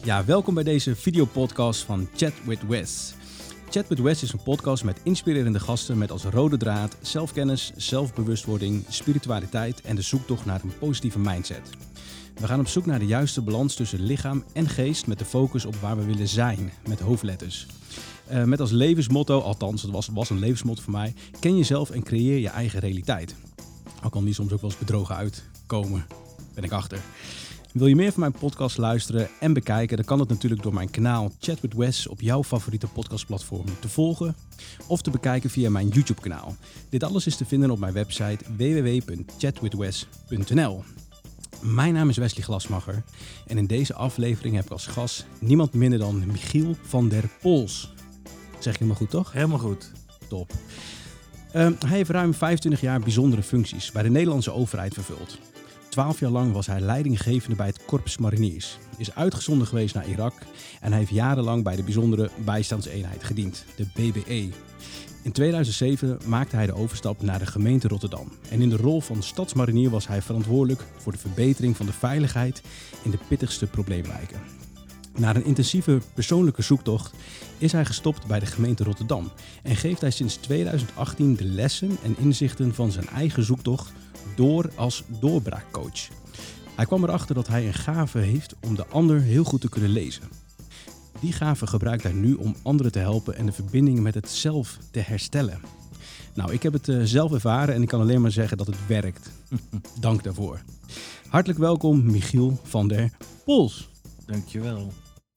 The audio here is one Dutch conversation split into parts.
Ja, welkom bij deze videopodcast van Chat with Wes. Chat with Wes is een podcast met inspirerende gasten met als rode draad zelfkennis, zelfbewustwording, spiritualiteit en de zoektocht naar een positieve mindset. We gaan op zoek naar de juiste balans tussen lichaam en geest met de focus op waar we willen zijn, met hoofdletters. Met als levensmotto, althans het was een levensmotto voor mij, ken jezelf en creëer je eigen realiteit. Al kan die soms ook wel eens bedrogen uitkomen, ben ik achter. Wil je meer van mijn podcast luisteren en bekijken, dan kan het natuurlijk door mijn kanaal Chat with Wes op jouw favoriete podcastplatform te volgen of te bekijken via mijn YouTube kanaal. Dit alles is te vinden op mijn website www.chatwithwes.nl. Mijn naam is Wesley Glasmacher en in deze aflevering heb ik als gast niemand minder dan Michiel van der Pols. Zeg ik helemaal goed, toch? Helemaal goed. Top. Hij heeft ruim 25 jaar bijzondere functies bij de Nederlandse overheid vervuld. 12 jaar lang was hij leidinggevende bij het Korps Mariniers, is uitgezonden geweest naar Irak en hij heeft jarenlang bij de bijzondere bijstandseenheid gediend, de BBE. In 2007 maakte hij de overstap naar de gemeente Rotterdam en in de rol van stadsmarinier was hij verantwoordelijk voor de verbetering van de veiligheid in de pittigste probleemwijken. Na een intensieve persoonlijke zoektocht is hij gestopt bij de gemeente Rotterdam en geeft hij sinds 2018 de lessen en inzichten van zijn eigen zoektocht door als doorbraakcoach. Hij kwam erachter dat hij een gave heeft om de ander heel goed te kunnen lezen. Die gave gebruikt hij nu om anderen te helpen en de verbinding met het zelf te herstellen. Nou, ik heb het zelf ervaren en ik kan alleen maar zeggen dat het werkt. Dank daarvoor. Hartelijk welkom, Michiel van der Pols. Dankjewel.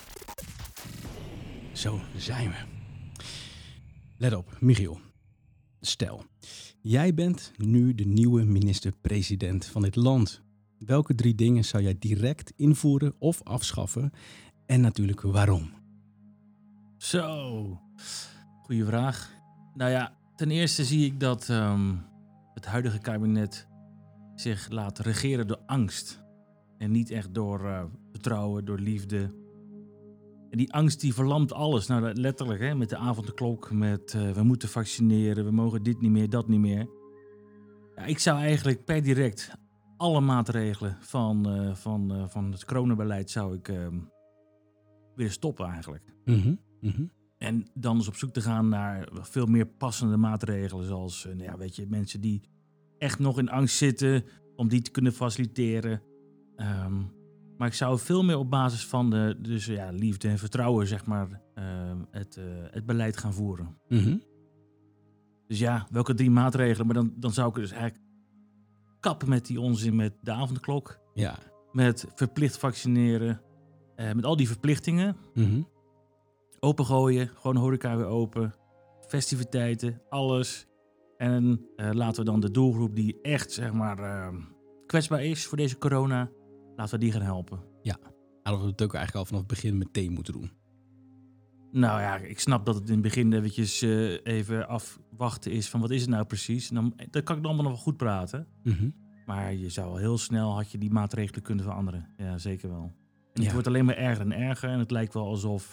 Zo, daar zijn we. Let op, Michiel. Stel, jij bent nu de nieuwe minister-president van dit land. Welke 3 dingen zou jij direct invoeren of afschaffen? En natuurlijk waarom? Zo, goeie vraag. Nou ja, ten eerste zie ik dat het huidige kabinet zich laat regeren door angst. En niet echt door vertrouwen, door liefde. En die angst die verlamt alles. Nou, letterlijk, hè, met de avondklok, met we moeten vaccineren, we mogen dit niet meer, dat niet meer. Ja, ik zou eigenlijk per direct alle maatregelen van het coronabeleid zou ik willen stoppen eigenlijk. En dan eens op zoek te gaan naar veel meer passende maatregelen. Zoals mensen die echt nog in angst zitten, om die te kunnen faciliteren. Maar ik zou veel meer op basis van liefde en vertrouwen, zeg maar, het beleid gaan voeren. Dus ja, welke 3 maatregelen? Maar dan zou ik dus eigenlijk kappen met die onzin met de avondklok. Ja. Met verplicht vaccineren. Met al die verplichtingen. Opengooien, gewoon horeca weer open. Festiviteiten, alles. En laten we dan de doelgroep die echt, zeg maar, kwetsbaar is voor deze corona, laten we die gaan helpen. Ja, hadden we het ook eigenlijk al vanaf het begin meteen moeten doen. Nou ja, ik snap dat het in het begin eventjes even afwachten is van wat is het nou precies. En dan kan ik allemaal nog wel goed praten. Maar je zou al heel snel had je die maatregelen kunnen veranderen. Ja, zeker wel. En het wordt alleen maar erger en erger. En het lijkt wel alsof,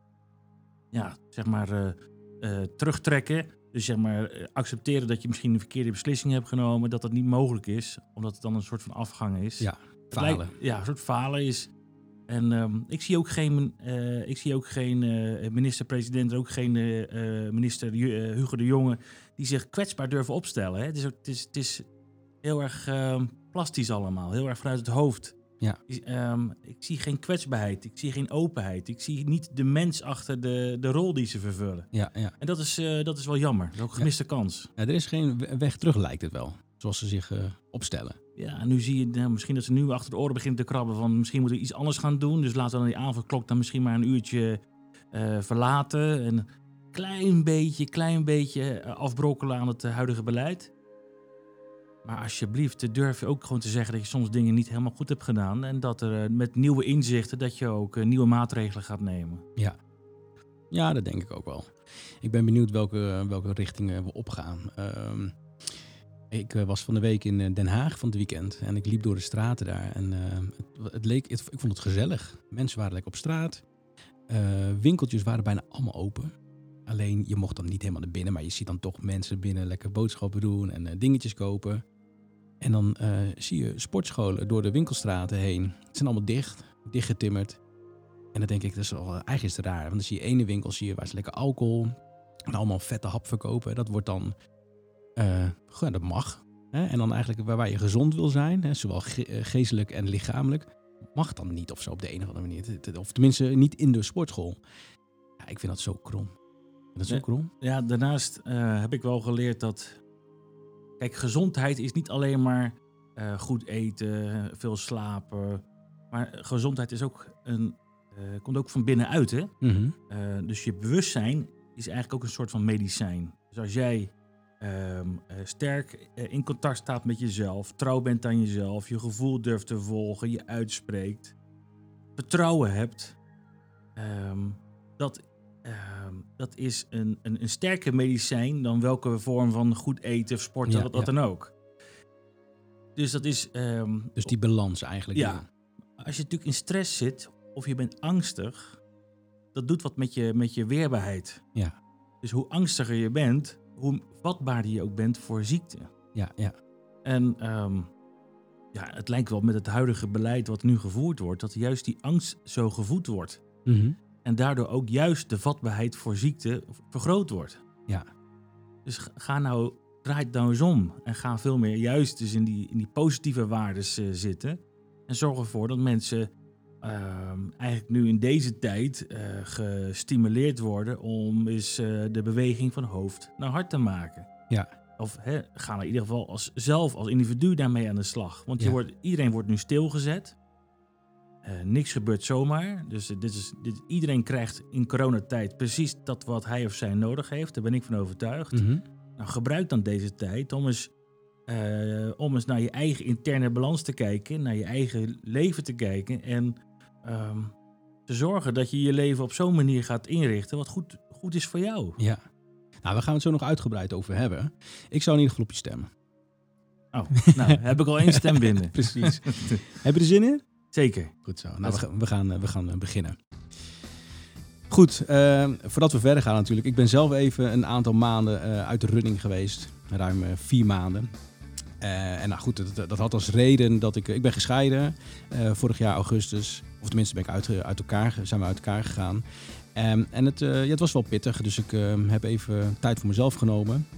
terugtrekken. Dus zeg maar accepteren dat je misschien een verkeerde beslissing hebt genomen. Dat niet mogelijk is. Omdat het dan een soort van afgang is. Ja, falen. Een soort falen is. En ik zie ook geen minister-president, ook geen minister Hugo de Jonge die zich kwetsbaar durven opstellen. Hè? Het is heel erg plastisch allemaal, heel erg vanuit het hoofd. Ja. Ik zie geen kwetsbaarheid, ik zie geen openheid. Ik zie niet de mens achter de rol die ze vervullen. Ja. En dat is wel jammer, dat is ook een gemiste kans. Ja, er is geen weg terug, lijkt het wel, zoals ze zich opstellen. Ja, en nu zie je misschien dat ze nu achter de oren beginnen te krabben van misschien moeten we iets anders gaan doen. Dus laten we dan die avondklok dan misschien maar een uurtje verlaten. En klein beetje afbrokkelen aan het huidige beleid. Maar alsjeblieft, durf je ook gewoon te zeggen dat je soms dingen niet helemaal goed hebt gedaan. En dat er met nieuwe inzichten dat je ook nieuwe maatregelen gaat nemen. Ja, dat denk ik ook wel. Ik ben benieuwd welke richting we opgaan. Ik was van de week in Den Haag van het weekend en ik liep door de straten daar. En ik vond het gezellig. Mensen waren lekker op straat. Winkeltjes waren bijna allemaal open. Alleen je mocht dan niet helemaal naar binnen, maar je ziet dan toch mensen binnen lekker boodschappen doen en dingetjes kopen. En dan zie je sportscholen door de winkelstraten heen. Het zijn allemaal dichtgetimmerd. En dan denk ik, eigenlijk is het raar. Want dan zie je ene winkel waar ze lekker alcohol en allemaal vette hap verkopen. Dat wordt dan, dat mag. Hè? En dan eigenlijk waar je gezond wil zijn, hè, zowel geestelijk en lichamelijk, mag dan niet of zo op de een of andere manier. Of tenminste niet in de sportschool. Ja, ik vind dat zo krom. Ja, daarnaast heb ik wel geleerd dat... Kijk, gezondheid is niet alleen maar goed eten, veel slapen. Maar gezondheid is ook komt ook van binnenuit, hè? Mm-hmm. Dus je bewustzijn is eigenlijk ook een soort van medicijn. Dus als jij sterk in contact staat met jezelf, trouw bent aan jezelf, je gevoel durft te volgen, je uitspreekt, vertrouwen hebt, dat is een sterker medicijn dan welke vorm van goed eten, sporten, wat dan ook. Dus dat is... dus die balans eigenlijk. Ja. Als je natuurlijk in stress zit of je bent angstig, dat doet wat met je weerbaarheid. Ja. Dus hoe angstiger je bent, hoe vatbaarder je ook bent voor ziekte. Ja. En het lijkt wel met het huidige beleid wat nu gevoerd wordt, dat juist die angst zo gevoed wordt. Mm-hmm. En daardoor ook juist de vatbaarheid voor ziekte vergroot wordt. Ja. Dus draai het nou eens om. En ga veel meer juist dus in die positieve waardes zitten. En zorg ervoor dat mensen eigenlijk nu in deze tijd gestimuleerd worden om eens de beweging van hoofd naar hart te maken. Ja. Of ga in ieder geval als individu daarmee aan de slag. Want iedereen wordt nu stilgezet. Niks gebeurt zomaar. Dus iedereen krijgt in coronatijd precies dat wat hij of zij nodig heeft. Daar ben ik van overtuigd. Mm-hmm. Nou, gebruik dan deze tijd om eens naar je eigen interne balans te kijken. Naar je eigen leven te kijken. En te zorgen dat je je leven op zo'n manier gaat inrichten wat goed is voor jou. Ja. Nou, we gaan het zo nog uitgebreid over hebben. Ik zou in ieder geval op je stemmen. Oh, nou, heb ik al 1 stem binnen. Precies. Heb je er zin in? Zeker. Goed zo. Nou, we gaan beginnen. Goed, voordat we verder gaan natuurlijk. Ik ben zelf even een aantal maanden uit de running geweest. Ruim 4 maanden. En nou goed, dat had als reden dat ik ben gescheiden. Vorig jaar augustus. Of tenminste zijn we uit elkaar gegaan. En het was wel pittig. Dus ik heb even tijd voor mezelf genomen.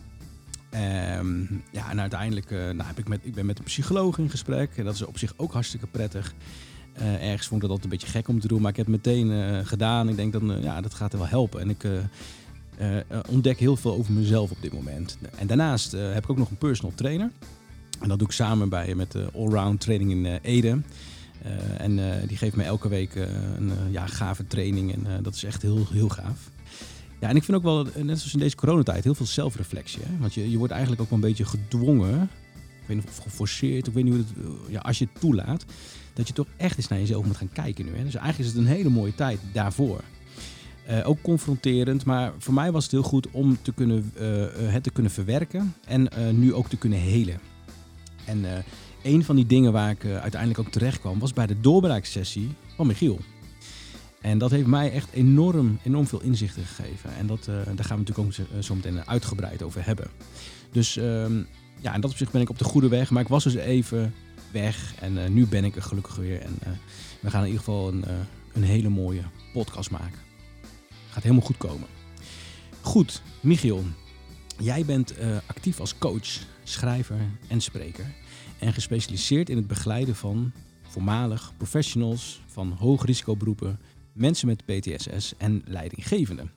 En uiteindelijk ik ben met een psycholoog in gesprek. En dat is op zich ook hartstikke prettig. Ergens vond ik dat altijd een beetje gek om te doen. Maar ik heb het meteen gedaan. Ik denk dat gaat er wel helpen. En ik ontdek heel veel over mezelf op dit moment. En daarnaast heb ik ook nog een personal trainer. En dat doe ik samen met de Allround Training in Ede. Die geeft me elke week een gave training. En dat is echt heel, heel gaaf. Ja, en ik vind ook wel, net zoals in deze coronatijd, heel veel zelfreflectie. Hè? Want je wordt eigenlijk ook wel een beetje gedwongen. Ik weet niet of geforceerd, ik weet niet hoe het... als je het toelaat, dat je toch echt eens naar jezelf moet gaan kijken nu. Hè? Dus eigenlijk is het een hele mooie tijd daarvoor. Ook confronterend, maar voor mij was het heel goed om het te kunnen verwerken en nu ook te kunnen helen. En een van die dingen waar ik uiteindelijk ook terecht kwam, was bij de doorbraaksessie van Michiel. En dat heeft mij echt enorm veel inzichten gegeven. En daar gaan we natuurlijk ook zo meteen uitgebreid over hebben. Dus in dat opzicht ben ik op de goede weg. Maar ik was dus even weg en nu ben ik er gelukkig weer. En we gaan in ieder geval een hele mooie podcast maken. Gaat helemaal goed komen. Goed, Michiel. Jij bent actief als coach, schrijver en spreker. En gespecialiseerd in het begeleiden van voormalig professionals van hoogrisicoberoepen, mensen met PTSS en leidinggevenden.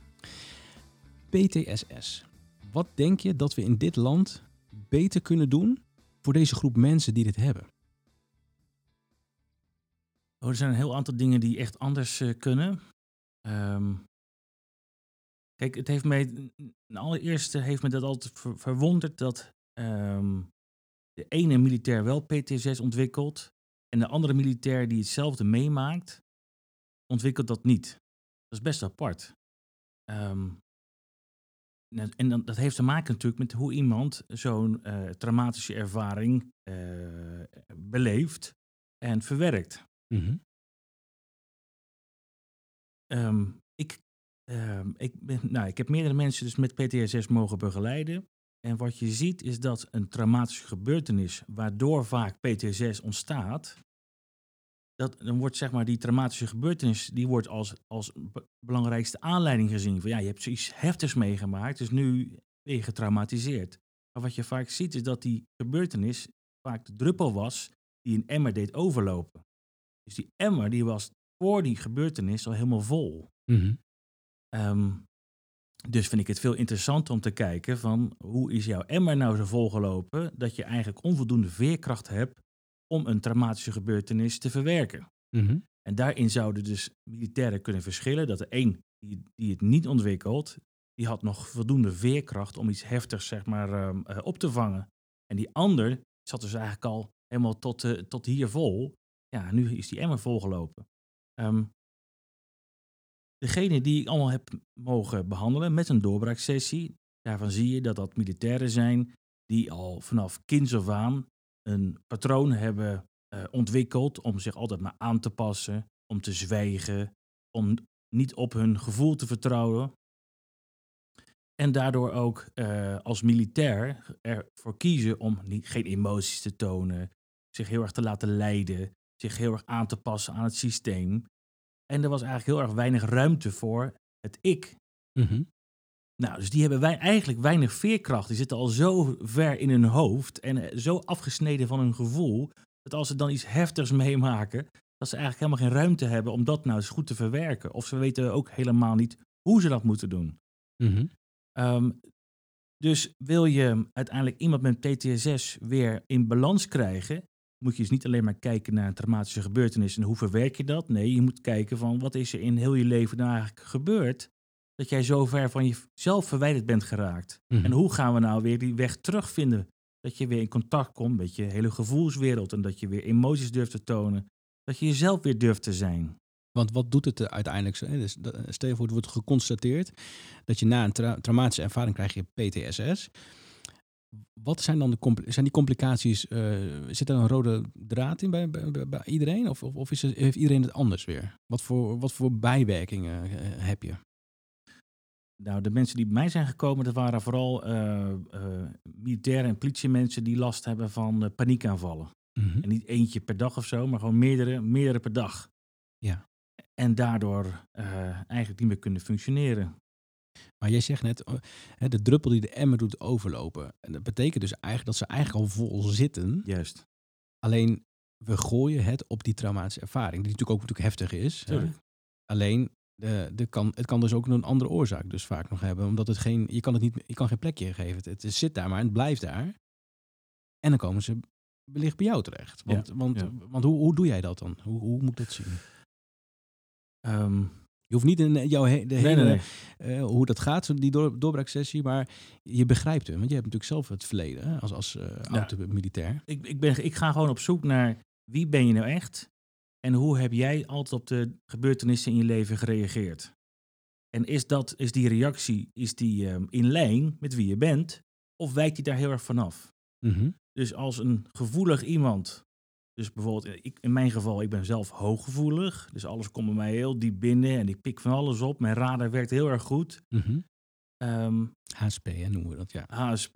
PTSS. Wat denk je dat we in dit land beter kunnen doen voor deze groep mensen die dit hebben? Er zijn een heel aantal dingen die echt anders kunnen. Kijk, het heeft mij... Allereerst heeft me dat altijd verwonderd dat de ene militair wel PTSS ontwikkelt en de andere militair die hetzelfde meemaakt, ontwikkelt dat niet. Dat is best apart. En dat heeft te maken natuurlijk met hoe iemand zo'n traumatische ervaring beleeft en verwerkt. Mm-hmm. Ik heb meerdere mensen dus met PTSS mogen begeleiden. En wat je ziet is dat een traumatische gebeurtenis, waardoor vaak PTSS ontstaat, dan wordt zeg maar die traumatische gebeurtenis, die wordt als belangrijkste aanleiding gezien. Van ja, je hebt zoiets heftigs meegemaakt, dus nu ben je getraumatiseerd. Maar wat je vaak ziet is dat die gebeurtenis vaak de druppel was die een emmer deed overlopen. Dus die emmer die was voor die gebeurtenis al helemaal vol. Mhm. Dus vind ik het veel interessanter om te kijken van hoe is jouw emmer nou zo volgelopen dat je eigenlijk onvoldoende veerkracht hebt om een traumatische gebeurtenis te verwerken. Mhm. En daarin zouden dus militairen kunnen verschillen. Dat de een die het niet ontwikkelt, die had nog voldoende veerkracht om iets heftigs zeg maar, op te vangen. En die ander zat dus eigenlijk al helemaal tot hier vol. Ja, nu is die emmer volgelopen. Ehm, Degene die ik allemaal heb mogen behandelen met een doorbraaksessie, daarvan zie je dat dat militairen zijn die al vanaf kinds af aan een patroon hebben ontwikkeld om zich altijd maar aan te passen, om te zwijgen, om niet op hun gevoel te vertrouwen. En daardoor ook als militair ervoor kiezen om geen emoties te tonen, zich heel erg te laten leiden, zich heel erg aan te passen aan het systeem. En er was eigenlijk heel erg weinig ruimte voor het ik. Mhm. Nou, dus die hebben eigenlijk weinig veerkracht. Die zitten al zo ver in hun hoofd en zo afgesneden van hun gevoel, dat als ze dan iets heftigs meemaken, dat ze eigenlijk helemaal geen ruimte hebben om dat nou eens goed te verwerken. Of ze weten ook helemaal niet hoe ze dat moeten doen. Mhm. Ehm, dus wil je uiteindelijk iemand met PTSS weer in balans krijgen, moet je dus niet alleen maar kijken naar een traumatische gebeurtenis en hoe verwerk je dat. Nee, je moet kijken van wat is er in heel je leven nou eigenlijk gebeurd, dat jij zo ver van jezelf verwijderd bent geraakt. Mhm. En hoe gaan we nou weer die weg terugvinden? Dat je weer in contact komt met je hele gevoelswereld en dat je weer emoties durft te tonen. Dat je jezelf weer durft te zijn. Want wat doet het uiteindelijk? Dus, stel je voor, het wordt geconstateerd dat je na een traumatische ervaring krijg je PTSS. Wat zijn dan zijn die complicaties? Zit er een rode draad in bij iedereen? Of heeft iedereen het anders weer? Wat voor bijwerkingen heb je? Nou, de mensen die bij mij zijn gekomen, dat waren vooral militairen en politiemensen die last hebben van paniekaanvallen. Mhm. En niet eentje per dag of zo, maar gewoon meerdere per dag. Ja. En daardoor eigenlijk niet meer kunnen functioneren. Maar jij zegt net, de druppel die de emmer doet overlopen. En dat betekent dus eigenlijk dat ze eigenlijk al vol zitten. Juist. Alleen, we gooien het op die traumatische ervaring. Die natuurlijk ook heftig is. Tuurlijk. Alleen, het kan dus ook een andere oorzaak dus vaak nog hebben. Omdat je kan geen plekje geven. Het zit daar maar en het blijft daar. En dan komen ze wellicht bij jou terecht. Want hoe doe jij dat dan? Hoe moet ik dat zien? Je hoeft niet hoe dat gaat, die doorbraaksessie, maar je begrijpt hem. Want je hebt natuurlijk zelf het verleden hè, als oud-militair. Ik ga gewoon op zoek naar wie ben je nou echt en hoe heb jij altijd op de gebeurtenissen in je leven gereageerd. En is die reactie in lijn met wie je bent of wijkt die daar heel erg vanaf? Mhm. Dus als een gevoelig iemand, dus bijvoorbeeld in mijn geval, ik ben zelf hooggevoelig. Dus alles komt bij mij heel diep binnen en ik pik van alles op. Mijn radar werkt heel erg goed. Mhm. HSP hè, noemen we dat, ja. HSP.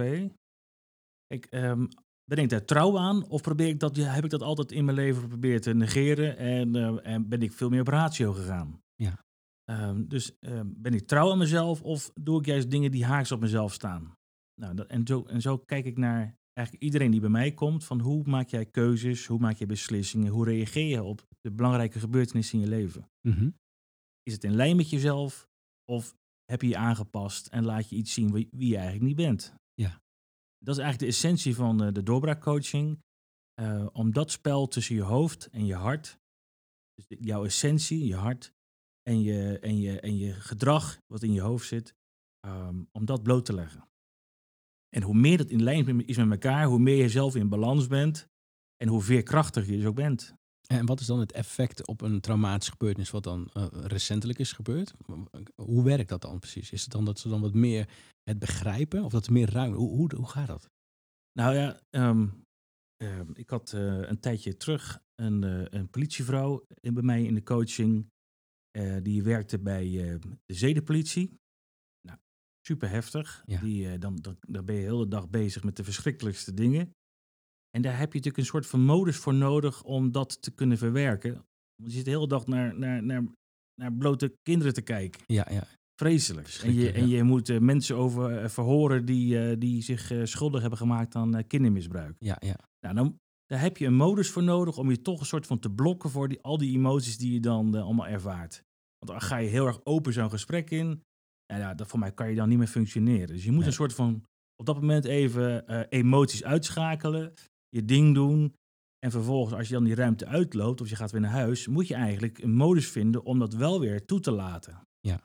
Ben ik daar trouw aan of heb ik dat altijd in mijn leven geprobeerd te negeren en ben ik veel meer op ratio gegaan? Ja. Ben ik trouw aan mezelf of doe ik juist dingen die haaks op mezelf staan? Nou, en zo kijk ik naar eigenlijk iedereen die bij mij komt, van hoe maak jij keuzes, hoe maak je beslissingen, hoe reageer je op de belangrijke gebeurtenissen in je leven? Mhm. Is het in lijn met jezelf of heb je je aangepast en laat je iets zien wie je eigenlijk niet bent? Ja. Dat is eigenlijk de essentie van de doorbraakcoaching. Om dat spel tussen je hoofd en je hart, dus jouw essentie, je hart en je gedrag wat in je hoofd zit, om dat bloot te leggen. En hoe meer dat in lijn is met elkaar, hoe meer je zelf in balans bent en hoe veerkrachtiger je dus ook bent. En wat is dan het effect op een traumatische gebeurtenis wat dan recentelijk is gebeurd? Hoe werkt dat dan precies? Is het dan dat ze dan wat meer het begrijpen of dat er meer ruimte? Hoe gaat dat? Nou ja, ik had een tijdje terug een politievrouw bij mij in de coaching. Die werkte bij de zedenpolitie. Nou, super heftig. Ja. Dan ben je de hele dag bezig met de verschrikkelijkste dingen. En daar heb je natuurlijk een soort van modus voor nodig om dat te kunnen verwerken. Want je zit de hele dag naar blote kinderen te kijken. Ja, ja. Vreselijk. Verschrikkelijk, En je moet mensen over verhoren die zich schuldig hebben gemaakt aan kindermisbruik. Ja, ja. Nou, daar heb je een modus voor nodig om je toch een soort van te blokken voor al die emoties die je dan allemaal ervaart. Want dan ga je heel erg open zo'n gesprek in. Nou ja, voor mij kan je dan niet meer functioneren. Dus je moet Nee. een soort van op dat moment even emoties uitschakelen, je ding doen. En vervolgens, als je dan die ruimte uitloopt of je gaat weer naar huis, moet je eigenlijk een modus vinden om dat wel weer toe te laten. Ja.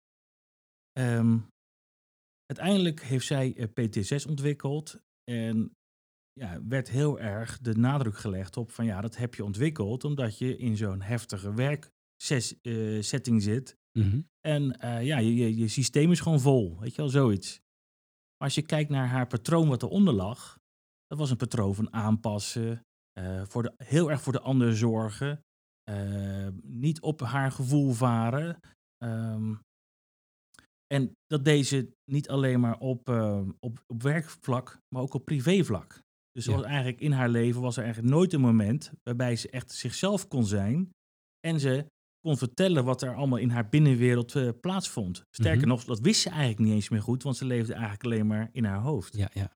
Uiteindelijk heeft zij PTSS ontwikkeld en werd heel erg de nadruk gelegd op van dat heb je ontwikkeld omdat je in zo'n heftige werksetting zit. Mhm. En je systeem is gewoon vol, weet je wel, zoiets. Maar als je kijkt naar haar patroon wat eronder lag, dat was een patroon van aanpassen, heel erg voor de ander zorgen, niet op haar gevoel varen. En dat deed ze niet alleen maar op werkvlak, maar ook op privévlak. Dus Ja. eigenlijk in haar leven was er eigenlijk nooit een moment waarbij ze echt zichzelf kon zijn en ze kon vertellen wat er allemaal in haar binnenwereld plaatsvond. Sterker nog, dat wist ze eigenlijk niet eens meer goed, want ze leefde eigenlijk alleen maar in haar hoofd. Ja, ja.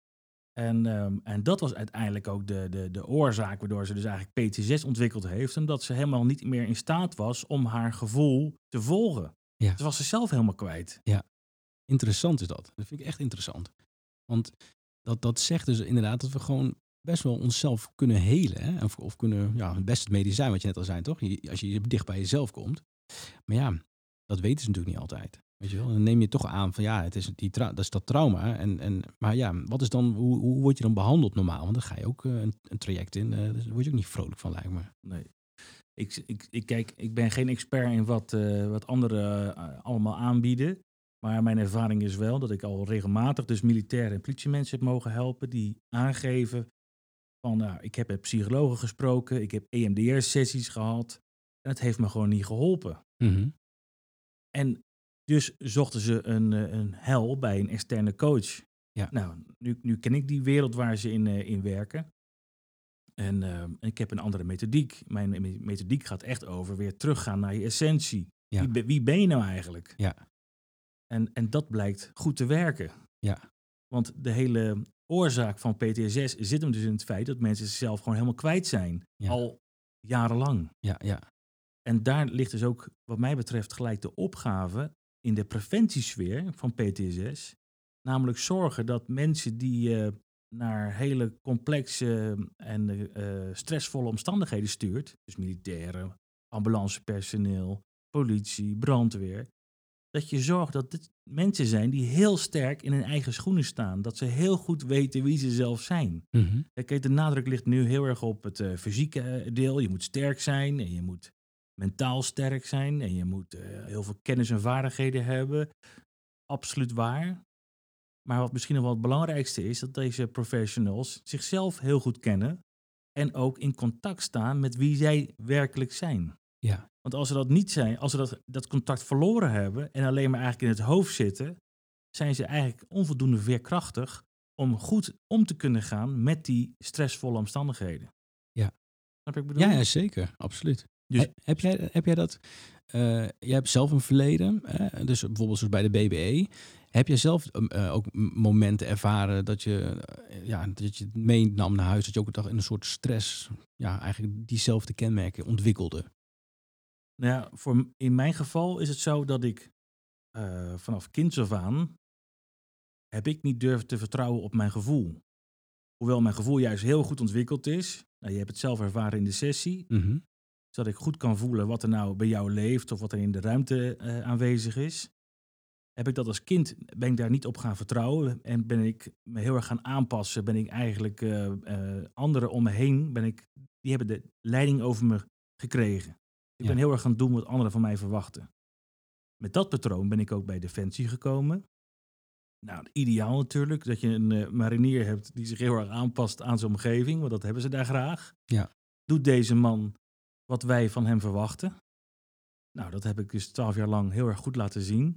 En dat was uiteindelijk ook de oorzaak waardoor ze dus eigenlijk PTSS ontwikkeld heeft, omdat ze helemaal niet meer in staat was om haar gevoel te volgen. Ja. Ze was zichzelf helemaal kwijt. Interessant is dat. Dat vind ik echt interessant. Want dat zegt dus inderdaad dat we gewoon best wel onszelf kunnen helen. Hè? Of kunnen, het best het medicijn wat je net al zei, toch? Als je dicht bij jezelf komt. Maar ja, dat weten ze natuurlijk niet altijd. Weet je wel? Dan neem je toch aan van het is dat is dat trauma. Maar ja, wat is dan, hoe word je dan behandeld normaal? Want dan ga je ook een traject in. Daar word je ook niet vrolijk van, lijkt me. Nee. Ik ben geen expert in wat anderen allemaal aanbieden. Maar mijn ervaring is wel dat ik al regelmatig dus militairen en politiemensen heb mogen helpen die aangeven van ik heb met psychologen gesproken, ik heb EMDR-sessies gehad en het heeft me gewoon niet geholpen. Mhm. En dus zochten ze een hel bij een externe coach. Ja. Nou, nu ken ik die wereld waar ze in werken. En ik heb een andere methodiek. Mijn methodiek gaat echt over weer teruggaan naar je essentie. Ja. Wie ben je nou eigenlijk? Ja. En dat blijkt goed te werken. Ja. Want de hele oorzaak van PTSS zit hem dus in het feit dat mensen zichzelf gewoon helemaal kwijt zijn. Ja. Al jarenlang. Ja, ja. En daar ligt dus ook, wat mij betreft, gelijk de opgave in de preventiesfeer van PTSS. Namelijk zorgen dat mensen die naar hele complexe en stressvolle omstandigheden stuurt, dus militairen, ambulancepersoneel, politie, brandweer, dat je zorgt dat dit mensen zijn die heel sterk in hun eigen schoenen staan. Dat ze heel goed weten wie ze zelf zijn. Mhm. Kijk, de nadruk ligt nu heel erg op het fysieke deel. Je moet sterk zijn en je moet mentaal sterk zijn en je moet heel veel kennis en vaardigheden hebben. Absoluut waar. Maar wat misschien nog wel het belangrijkste is, dat deze professionals zichzelf heel goed kennen en ook in contact staan met wie zij werkelijk zijn. Ja. Want als ze dat niet zijn, als ze dat contact verloren hebben en alleen maar eigenlijk in het hoofd zitten, zijn ze eigenlijk onvoldoende veerkrachtig om goed om te kunnen gaan met die stressvolle omstandigheden. Ja. Snap je wat ik bedoel? Ja, zeker. Absoluut. Dus, Heb jij dat? Jij hebt zelf een verleden, dus bijvoorbeeld zoals bij de BBE. Heb jij zelf ook momenten ervaren dat je het meenam naar huis, dat je ook in een soort stress, eigenlijk diezelfde kenmerken ontwikkelde? nou ja, in mijn geval is het zo dat ik vanaf kinds af aan heb ik niet durven te vertrouwen op mijn gevoel. Hoewel mijn gevoel juist heel goed ontwikkeld is. Nou, je hebt het zelf ervaren in de sessie. Mhm. Zodat ik goed kan voelen wat er nou bij jou leeft of wat er in de ruimte aanwezig is. Heb ik dat als kind, ben ik daar niet op gaan vertrouwen en ben ik me heel erg gaan aanpassen. Ben ik eigenlijk anderen om me heen, die hebben de leiding over me gekregen. Ik ben heel erg gaan doen wat anderen van mij verwachten. Met dat patroon ben ik ook bij Defensie gekomen. Nou, ideaal natuurlijk, dat je een marinier hebt die zich heel erg aanpast aan zijn omgeving, want dat hebben ze daar graag. Ja. Doet deze man wat wij van hem verwachten? Nou, dat heb ik dus 12 jaar lang heel erg goed laten zien.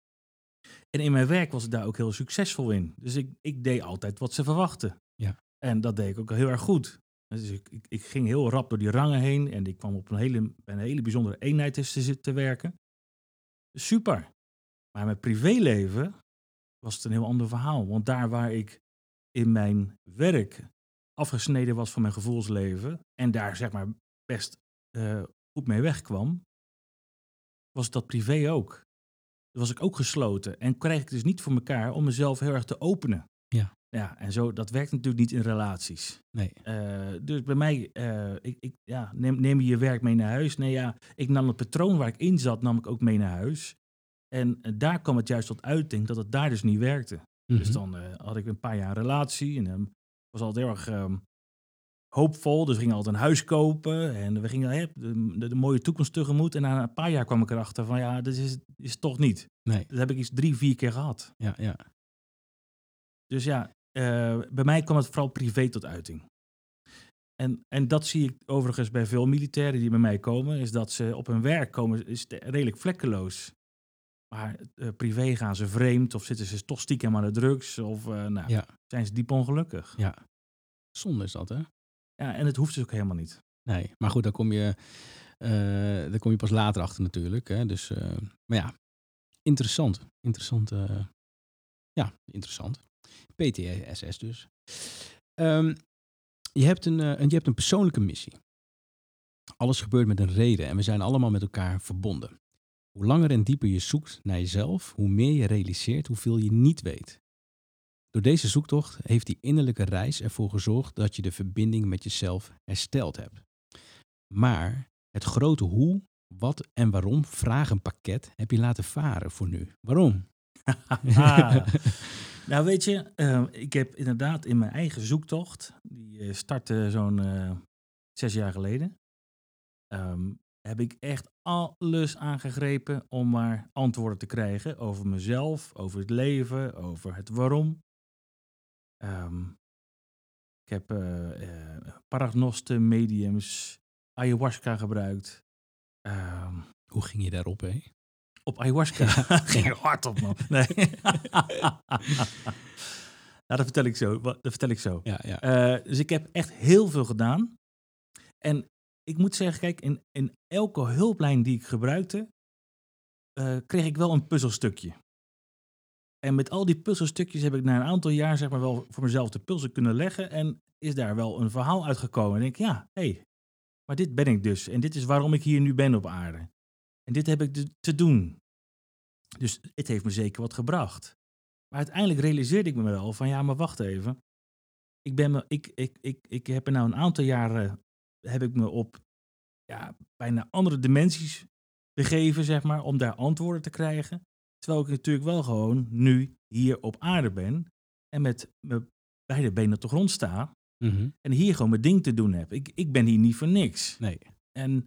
En in mijn werk was ik daar ook heel succesvol in. Dus ik deed altijd wat ze verwachten. Ja. En dat deed ik ook heel erg goed. Dus ik ging heel rap door die rangen heen en ik kwam op een hele bijzondere eenheid te werken. Super. Maar mijn privéleven was het een heel ander verhaal. Want daar waar ik in mijn werk afgesneden was van mijn gevoelsleven en daar zeg maar best goed mee wegkwam, was dat privé ook. Dan was ik ook gesloten en kreeg ik dus niet voor elkaar om mezelf heel erg te openen. Ja. Ja, en zo, dat werkt natuurlijk niet in relaties. Nee. Dus bij mij, neem je werk mee naar huis? Nee, ja, ik nam het patroon waar ik in zat, nam ik ook mee naar huis. En daar kwam het juist tot uiting dat het daar dus niet werkte. Dus dan had ik een paar jaar een relatie en was altijd heel erg hoopvol. Dus we gingen altijd een huis kopen en we gingen de mooie toekomst tegemoet. En na een paar jaar kwam ik erachter van ja, dit is toch niet. Nee. Dat heb ik eens 3-4 keer gehad. Ja. Dus ja, bij mij kwam het vooral privé tot uiting. En dat zie ik overigens bij veel militairen die bij mij komen, is dat ze op hun werk komen, is het redelijk vlekkeloos. Maar privé gaan ze vreemd of zitten ze toch stiekem aan de drugs of zijn ze diep ongelukkig. Ja, zonde is dat, hè? Ja, en het hoeft dus ook helemaal niet. Nee, maar goed, daar kom je pas later achter natuurlijk. Hè? Dus, maar ja, interessant. Interessant. PTSS dus. Je hebt een persoonlijke missie. Alles gebeurt met een reden en we zijn allemaal met elkaar verbonden. Hoe langer en dieper je zoekt naar jezelf, hoe meer je realiseert hoeveel je niet weet. Door deze zoektocht heeft die innerlijke reis ervoor gezorgd dat je de verbinding met jezelf hersteld hebt. Maar het grote hoe, wat en waarom vragenpakket heb je laten varen voor nu. Waarom? Nou weet je, ik heb inderdaad in mijn eigen zoektocht, die startte zo'n 6 jaar geleden, heb ik echt alles aangegrepen om maar antwoorden te krijgen over mezelf, over het leven, over het waarom. Ik heb paragnosten, mediums, ayahuasca gebruikt. Hoe ging je daarop, hè? Op ayahuasca ging er hard op, man. Nee. Nou, dat vertel ik zo. Ja. Dus ik heb echt heel veel gedaan. En ik moet zeggen, kijk, in elke hulplijn die ik gebruikte, kreeg ik wel een puzzelstukje. En met al die puzzelstukjes heb ik na een aantal jaar zeg maar wel voor mezelf de puzzel kunnen leggen. En is daar wel een verhaal uitgekomen. En ik denk, ja, maar dit ben ik dus. En dit is waarom ik hier nu ben op aarde. En dit heb ik te doen. Dus het heeft me zeker wat gebracht. Maar uiteindelijk realiseerde ik me wel van, ja, maar wacht even. Ik heb er nou een aantal jaren, heb ik me op bijna andere dimensies begeven, zeg maar, om daar antwoorden te krijgen. Terwijl ik natuurlijk wel gewoon nu hier op aarde ben en met mijn beide benen op de grond sta. Mm-hmm. En hier gewoon mijn ding te doen heb. Ik ben hier niet voor niks. Nee. En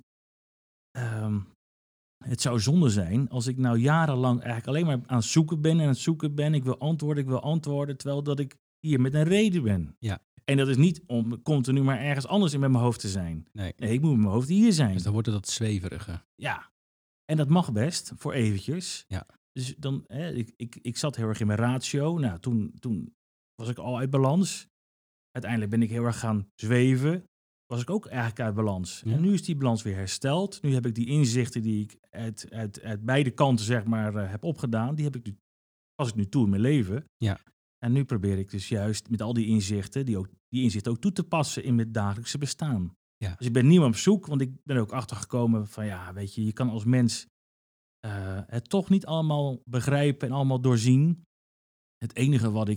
het zou zonde zijn als ik nou jarenlang eigenlijk alleen maar aan het zoeken ben. Ik wil antwoorden, terwijl dat ik hier met een reden ben. Ja. En dat is niet om continu maar ergens anders in met mijn hoofd te zijn. Nee, ik moet met mijn hoofd hier zijn. Dus dan wordt het dat zweverige. Ja. En dat mag best, voor eventjes. Ja. Dus dan, ik zat heel erg in mijn ratio. Nou, toen was ik al uit balans. Uiteindelijk ben ik heel erg gaan zweven. Was ik ook eigenlijk uit balans. Ja. En nu is die balans weer hersteld. Nu heb ik die inzichten die ik uit beide kanten zeg maar heb opgedaan. Die heb ik nu, pas ik nu toe in mijn leven. Ja. En nu probeer ik dus juist met al die inzichten, die inzichten ook toe te passen in mijn dagelijkse bestaan. Ja. Dus ik ben niet meer op zoek, want ik ben er ook achtergekomen van ja, weet je kan als mens het toch niet allemaal begrijpen en allemaal doorzien. Het enige,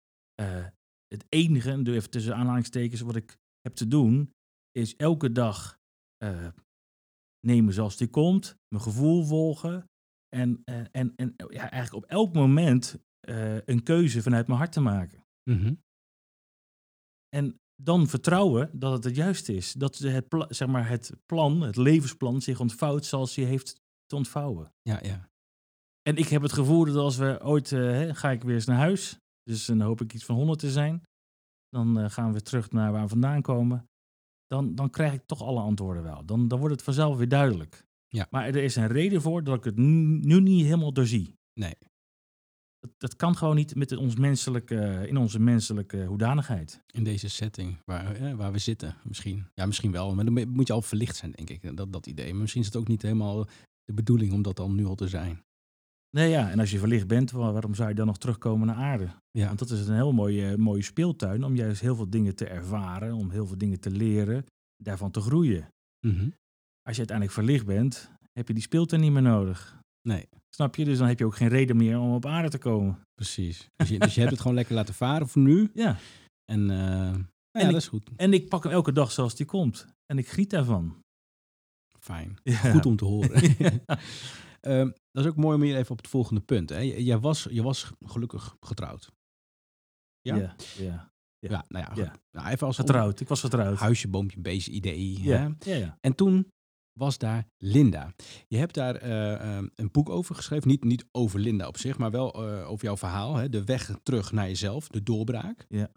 even tussen aanhalingstekens, wat ik heb te doen, is elke dag nemen zoals die komt, mijn gevoel volgen en eigenlijk op elk moment een keuze vanuit mijn hart te maken. Mm-hmm. En dan vertrouwen dat het juiste is. Dat het plan, het levensplan zich ontvouwt zoals hij heeft te ontvouwen. Ja, ja. En ik heb het gevoel dat als we ooit, ga ik weer eens naar huis. Dus dan hoop ik iets van 100 te zijn. Dan gaan we terug naar waar we vandaan komen. Dan krijg ik toch alle antwoorden wel. Dan wordt het vanzelf weer duidelijk. Ja. Maar er is een reden voor dat ik het nu niet helemaal doorzie. Nee. Dat kan gewoon niet met in onze menselijke hoedanigheid. In deze setting waar we zitten misschien. Ja, misschien wel. Maar dan moet je al verlicht zijn, denk ik. Dat idee. Maar misschien is het ook niet helemaal de bedoeling om dat dan nu al te zijn. Nee, ja, en als je verlicht bent, waarom zou je dan nog terugkomen naar aarde? Ja. Want dat is een heel mooie speeltuin om juist heel veel dingen te ervaren, om heel veel dingen te leren, daarvan te groeien. Mhm. Als je uiteindelijk verlicht bent, heb je die speeltuin niet meer nodig. Nee, Snap je? Dus dan heb je ook geen reden meer om op aarde te komen. precies. Dus je hebt het gewoon lekker laten varen voor nu. Ja, En dat is goed. en ik pak hem elke dag zoals die komt. En ik geniet daarvan. Fijn. Ja. Goed om te horen. Ja. Dat is ook mooi om hier even op het volgende punt. Hè. Je was gelukkig getrouwd. Ja? Ja. Ja, nou ja. Ja. Nou, even als Getrouwd. Ik was getrouwd. huisje, boompje, beestje idee. Ja. Hè? Ja. En toen was daar Linda. Je hebt daar een boek over geschreven. Niet over Linda op zich, maar wel over jouw verhaal. Hè? De weg terug naar jezelf, de doorbraak. Ja.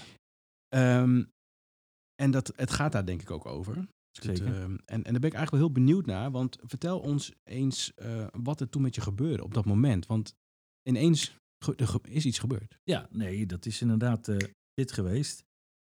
En het gaat daar denk ik ook over. Zeker. En daar ben ik eigenlijk wel heel benieuwd naar. Want vertel ons eens wat er toen met je gebeurde op dat moment. Want ineens er is iets gebeurd. Ja, nee, dat is inderdaad dit geweest.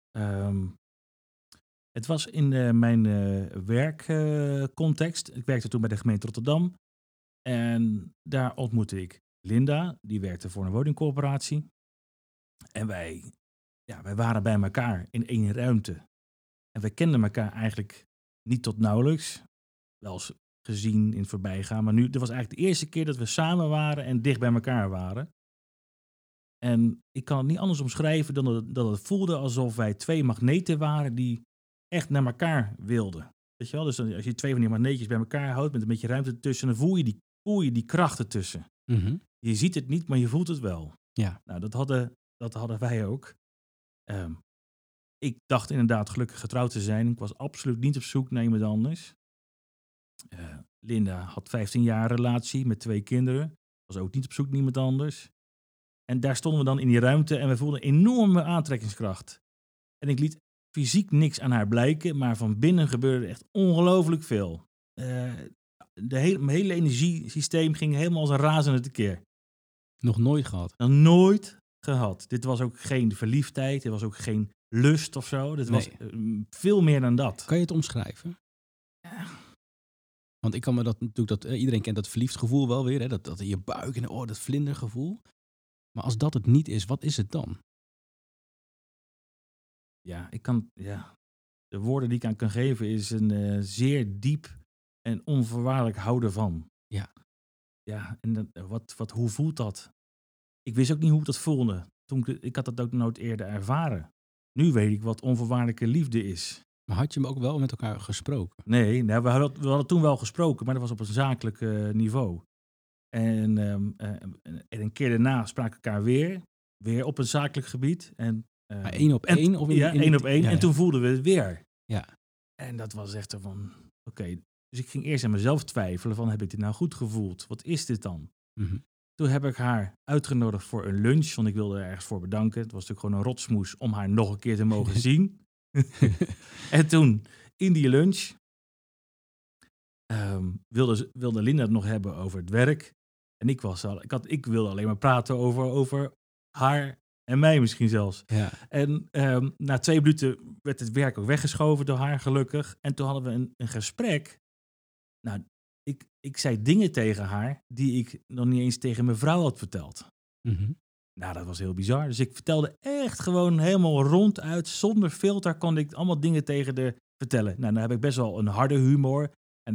Het was in mijn werkcontext. Ik werkte toen bij de gemeente Rotterdam. En daar ontmoette ik Linda. Die werkte voor een woningcorporatie. En wij waren bij elkaar in één ruimte. En wij kenden elkaar eigenlijk niet tot nauwelijks. Wel eens gezien in het voorbijgaan. Maar dit was eigenlijk de eerste keer dat we samen waren en dicht bij elkaar waren. En ik kan het niet anders omschrijven dan dat het voelde alsof wij twee magneten waren die echt naar elkaar wilden. Weet je wel? Dus als je twee van die magneetjes bij elkaar houdt met een beetje ruimte ertussen, dan voel je die kracht ertussen. Mm-hmm. Je ziet het niet, maar je voelt het wel. Ja. Nou, dat hadden wij ook. Ik dacht inderdaad gelukkig getrouwd te zijn. Ik was absoluut niet op zoek naar iemand anders. Linda had 15 jaar relatie met 2 kinderen. Was ook niet op zoek naar iemand anders. En daar stonden we dan in die ruimte en we voelden enorme aantrekkingskracht. En ik liet fysiek niks aan haar blijken, maar van binnen gebeurde echt ongelooflijk veel. Mijn hele energiesysteem ging helemaal als een razende tekeer. Nog nooit gehad. Nog nooit gehad. Dit was ook geen verliefdheid, dit was ook geen lust of zo. Dit was veel meer dan dat. Kan je het omschrijven? Ja. Want ik kan me dat natuurlijk, iedereen kent dat verliefd gevoel wel weer. Hè? Dat in je buik en dat vlindergevoel. Maar als dat het niet is, wat is het dan? Ja, de woorden die ik aan kan geven is een zeer diep en onvoorwaardelijk houden van. Ja. Ja, en hoe voelt dat? Ik wist ook niet hoe ik dat voelde. Ik had dat ook nooit eerder ervaren. Nu weet ik wat onvoorwaardelijke liefde is. Maar had je hem ook wel met elkaar gesproken? Nee, we hadden toen wel gesproken, maar dat was op een zakelijk niveau. En een keer daarna spraken we elkaar weer op een zakelijk gebied. Maar 1 op 1? Of ja, 1 op 1. Ja, en toen voelden we het weer. Ja. En dat was echt zo van, oké. Dus ik ging eerst aan mezelf twijfelen van, heb ik dit nou goed gevoeld? Wat is dit dan? Mm-hmm. Toen heb ik haar uitgenodigd voor een lunch, want ik wilde er ergens voor bedanken. Het was natuurlijk gewoon een rotsmoes om haar nog een keer te mogen zien. En toen, in die lunch, wilde Linda het nog hebben over het werk. En ik wilde alleen maar praten over haar en mij misschien zelfs. Ja. En na 2 minuten werd het werk ook weggeschoven door haar, gelukkig. En toen hadden we een gesprek. Nou, ik zei dingen tegen haar die ik nog niet eens tegen mijn vrouw had verteld. Mm-hmm. Nou, dat was heel bizar. Dus ik vertelde echt gewoon helemaal ronduit, zonder filter, kon ik allemaal dingen tegen haar vertellen. Nou, dan heb ik best wel een harde humor.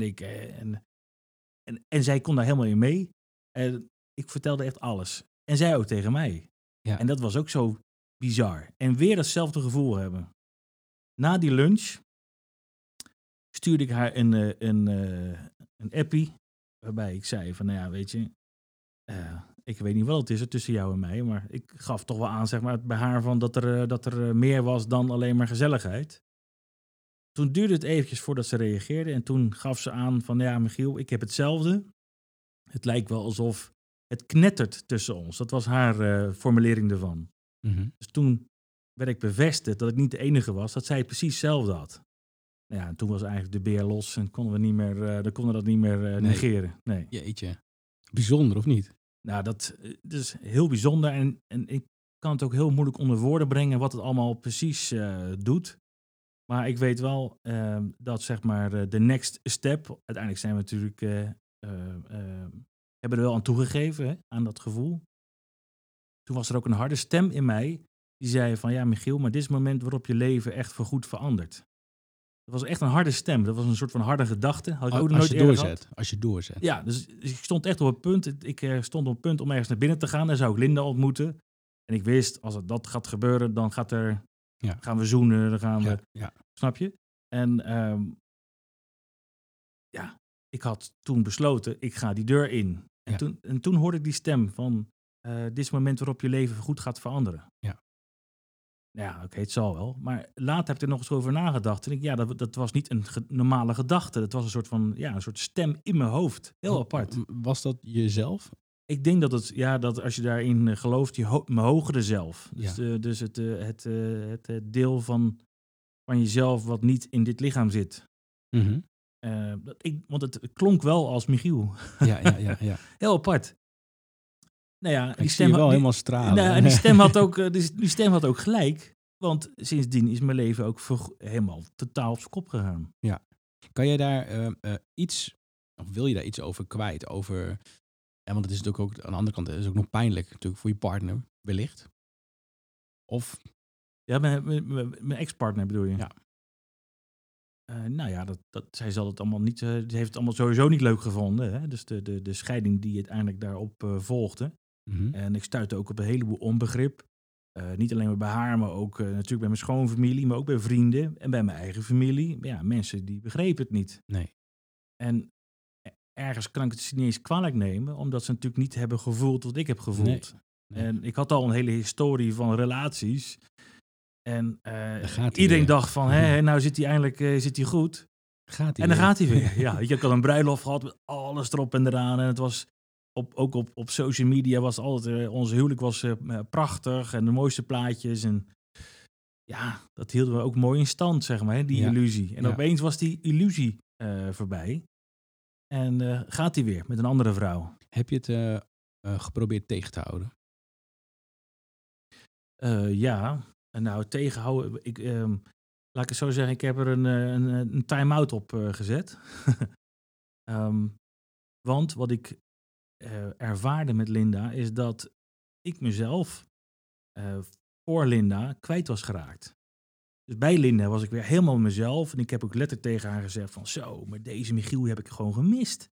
En zij kon daar helemaal in mee. En ik vertelde echt alles. En zij ook tegen mij. Ja. En dat was ook zo bizar. En weer datzelfde gevoel hebben. Na die lunch stuurde ik haar een appie. Waarbij ik zei van, nou ja, weet je, ik weet niet wat het is tussen jou en mij. Maar ik gaf toch wel aan, zeg maar, bij haar van dat er meer was dan alleen maar gezelligheid. Toen duurde het eventjes voordat ze reageerde. En toen gaf ze aan van, ja, Michiel, ik heb hetzelfde. Het lijkt wel alsof het knettert tussen ons. Dat was haar formulering ervan. Mm-hmm. Dus toen werd ik bevestigd dat ik niet de enige was, dat zij precies hetzelfde had. Nou ja, en toen was eigenlijk de beer los en konden we dat niet meer negeren. Nee. Jeetje. Bijzonder, of niet? Nou, dat is heel bijzonder en ik kan het ook heel moeilijk onder woorden brengen wat het allemaal precies doet. Maar ik weet wel dat zeg maar de next step, uiteindelijk zijn we natuurlijk, hebben er wel aan toegegeven, hè, aan dat gevoel. Toen was er ook een harde stem in mij die zei van ja Michiel, maar dit is het moment waarop je leven echt voorgoed verandert. Dat was echt een harde stem. Dat was een soort van harde gedachte. Had ik ook nog nooit eerder gehad. Als je doorzet. Ja, dus ik stond echt op het punt. Ik stond op het punt om ergens naar binnen te gaan. Daar zou ik Linda ontmoeten. En ik wist, als dat gaat gebeuren, dan gaan we zoenen. Dan gaan we, snap je? En ik had toen besloten, ik ga die deur in. En toen hoorde ik die stem van, dit is het moment waarop je leven goed gaat veranderen. Ja. Ja, oké, het zal wel. Maar later heb ik er nog eens over nagedacht. En ik, dat was niet een normale gedachte. Dat was een soort van, een soort stem in mijn hoofd. Heel apart. Was dat jezelf? Ik denk dat als je daarin gelooft, mijn hogere zelf. Dus het deel van jezelf wat niet in dit lichaam zit. Mm-hmm. Want het klonk wel als Michiel. Ja. Heel apart. Nou ja, die stem wel helemaal stralen. Nou, en die stem had ook gelijk. Want sindsdien is mijn leven ook helemaal totaal op zijn kop gegaan. Ja. Kan jij daar wil je daar iets over kwijt? Want het is natuurlijk ook, aan de andere kant, het is ook nog pijnlijk natuurlijk voor je partner, wellicht. Of? Ja, mijn ex-partner bedoel je? Ja. Zij zal het allemaal niet, die heeft het allemaal sowieso niet leuk gevonden. Hè? Dus de scheiding die uiteindelijk daarop volgde. Mm-hmm. En ik stuitte ook op een heleboel onbegrip. Niet alleen maar bij haar, maar ook natuurlijk bij mijn schoonfamilie, maar ook bij vrienden en bij mijn eigen familie. Ja, mensen die begrepen het niet. Nee. En ergens kan ik het niet eens kwalijk nemen, omdat ze natuurlijk niet hebben gevoeld wat ik heb gevoeld. Nee. En ik had al een hele historie van relaties. En iedereen dacht van, nou zit hij eindelijk goed. Dan gaat hij weer. Ja, ik had al een bruiloft gehad met alles erop en eraan. En het was ook op social media was altijd, onze huwelijk was prachtig en de mooiste plaatjes. En ja, dat hielden we ook mooi in stand, zeg maar, die illusie. En opeens was die illusie voorbij. En gaat hij weer met een andere vrouw. Heb je het geprobeerd tegen te houden? Ja. En nou, tegenhouden. Laat ik het zo zeggen, ik heb er een time-out op gezet. Want wat ik ervaarde met Linda is dat ik mezelf voor Linda kwijt was geraakt. Dus bij Linda was ik weer helemaal mezelf. En ik heb ook letterlijk tegen haar gezegd van zo, maar deze Michiel heb ik gewoon gemist.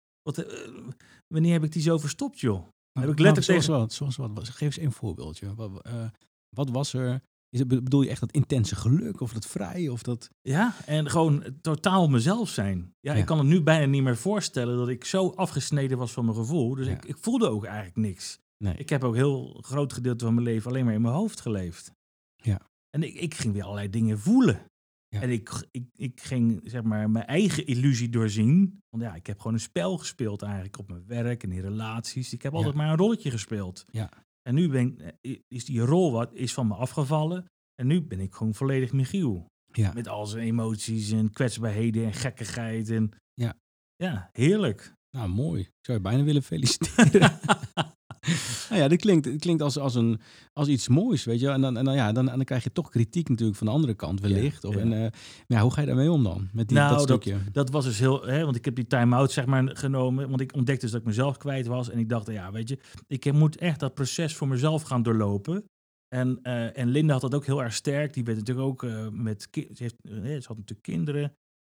Wanneer heb ik die zo verstopt, joh? Heb ik letterlijk zoals wat? Geef eens een voorbeeldje. Wat was er? Bedoel je echt dat intense geluk of dat vrij of dat? Ja, en gewoon totaal mezelf zijn. Ja, ik kan het nu bijna niet meer voorstellen dat ik zo afgesneden was van mijn gevoel. Dus ik voelde ook eigenlijk niks. Nee. Ik heb ook heel groot gedeelte van mijn leven alleen maar in mijn hoofd geleefd. Ja. En ik ging weer allerlei dingen voelen. Ja. En ik ging zeg maar mijn eigen illusie doorzien. Want ik heb gewoon een spel gespeeld eigenlijk op mijn werk en in relaties. Ik heb altijd maar een rolletje gespeeld. Ja. En nu is die rol is van me afgevallen. En nu ben ik gewoon volledig Michiel. Ja. Met al zijn emoties en kwetsbaarheden en gekkigheid. En ja, heerlijk. Nou, mooi. Ik zou je bijna willen feliciteren. Nou ja, dat klinkt als iets moois, weet je. En dan krijg je toch kritiek natuurlijk van de andere kant wellicht. Maar hoe ga je daarmee om dan? Met dat stukje? Dat was dus heel... want ik heb die time-out zeg maar genomen. Want ik ontdekte dus dat ik mezelf kwijt was. En ik dacht, weet je, ik moet echt dat proces voor mezelf gaan doorlopen. En Linda had dat ook heel erg sterk. Die werd natuurlijk ook ze had natuurlijk kinderen.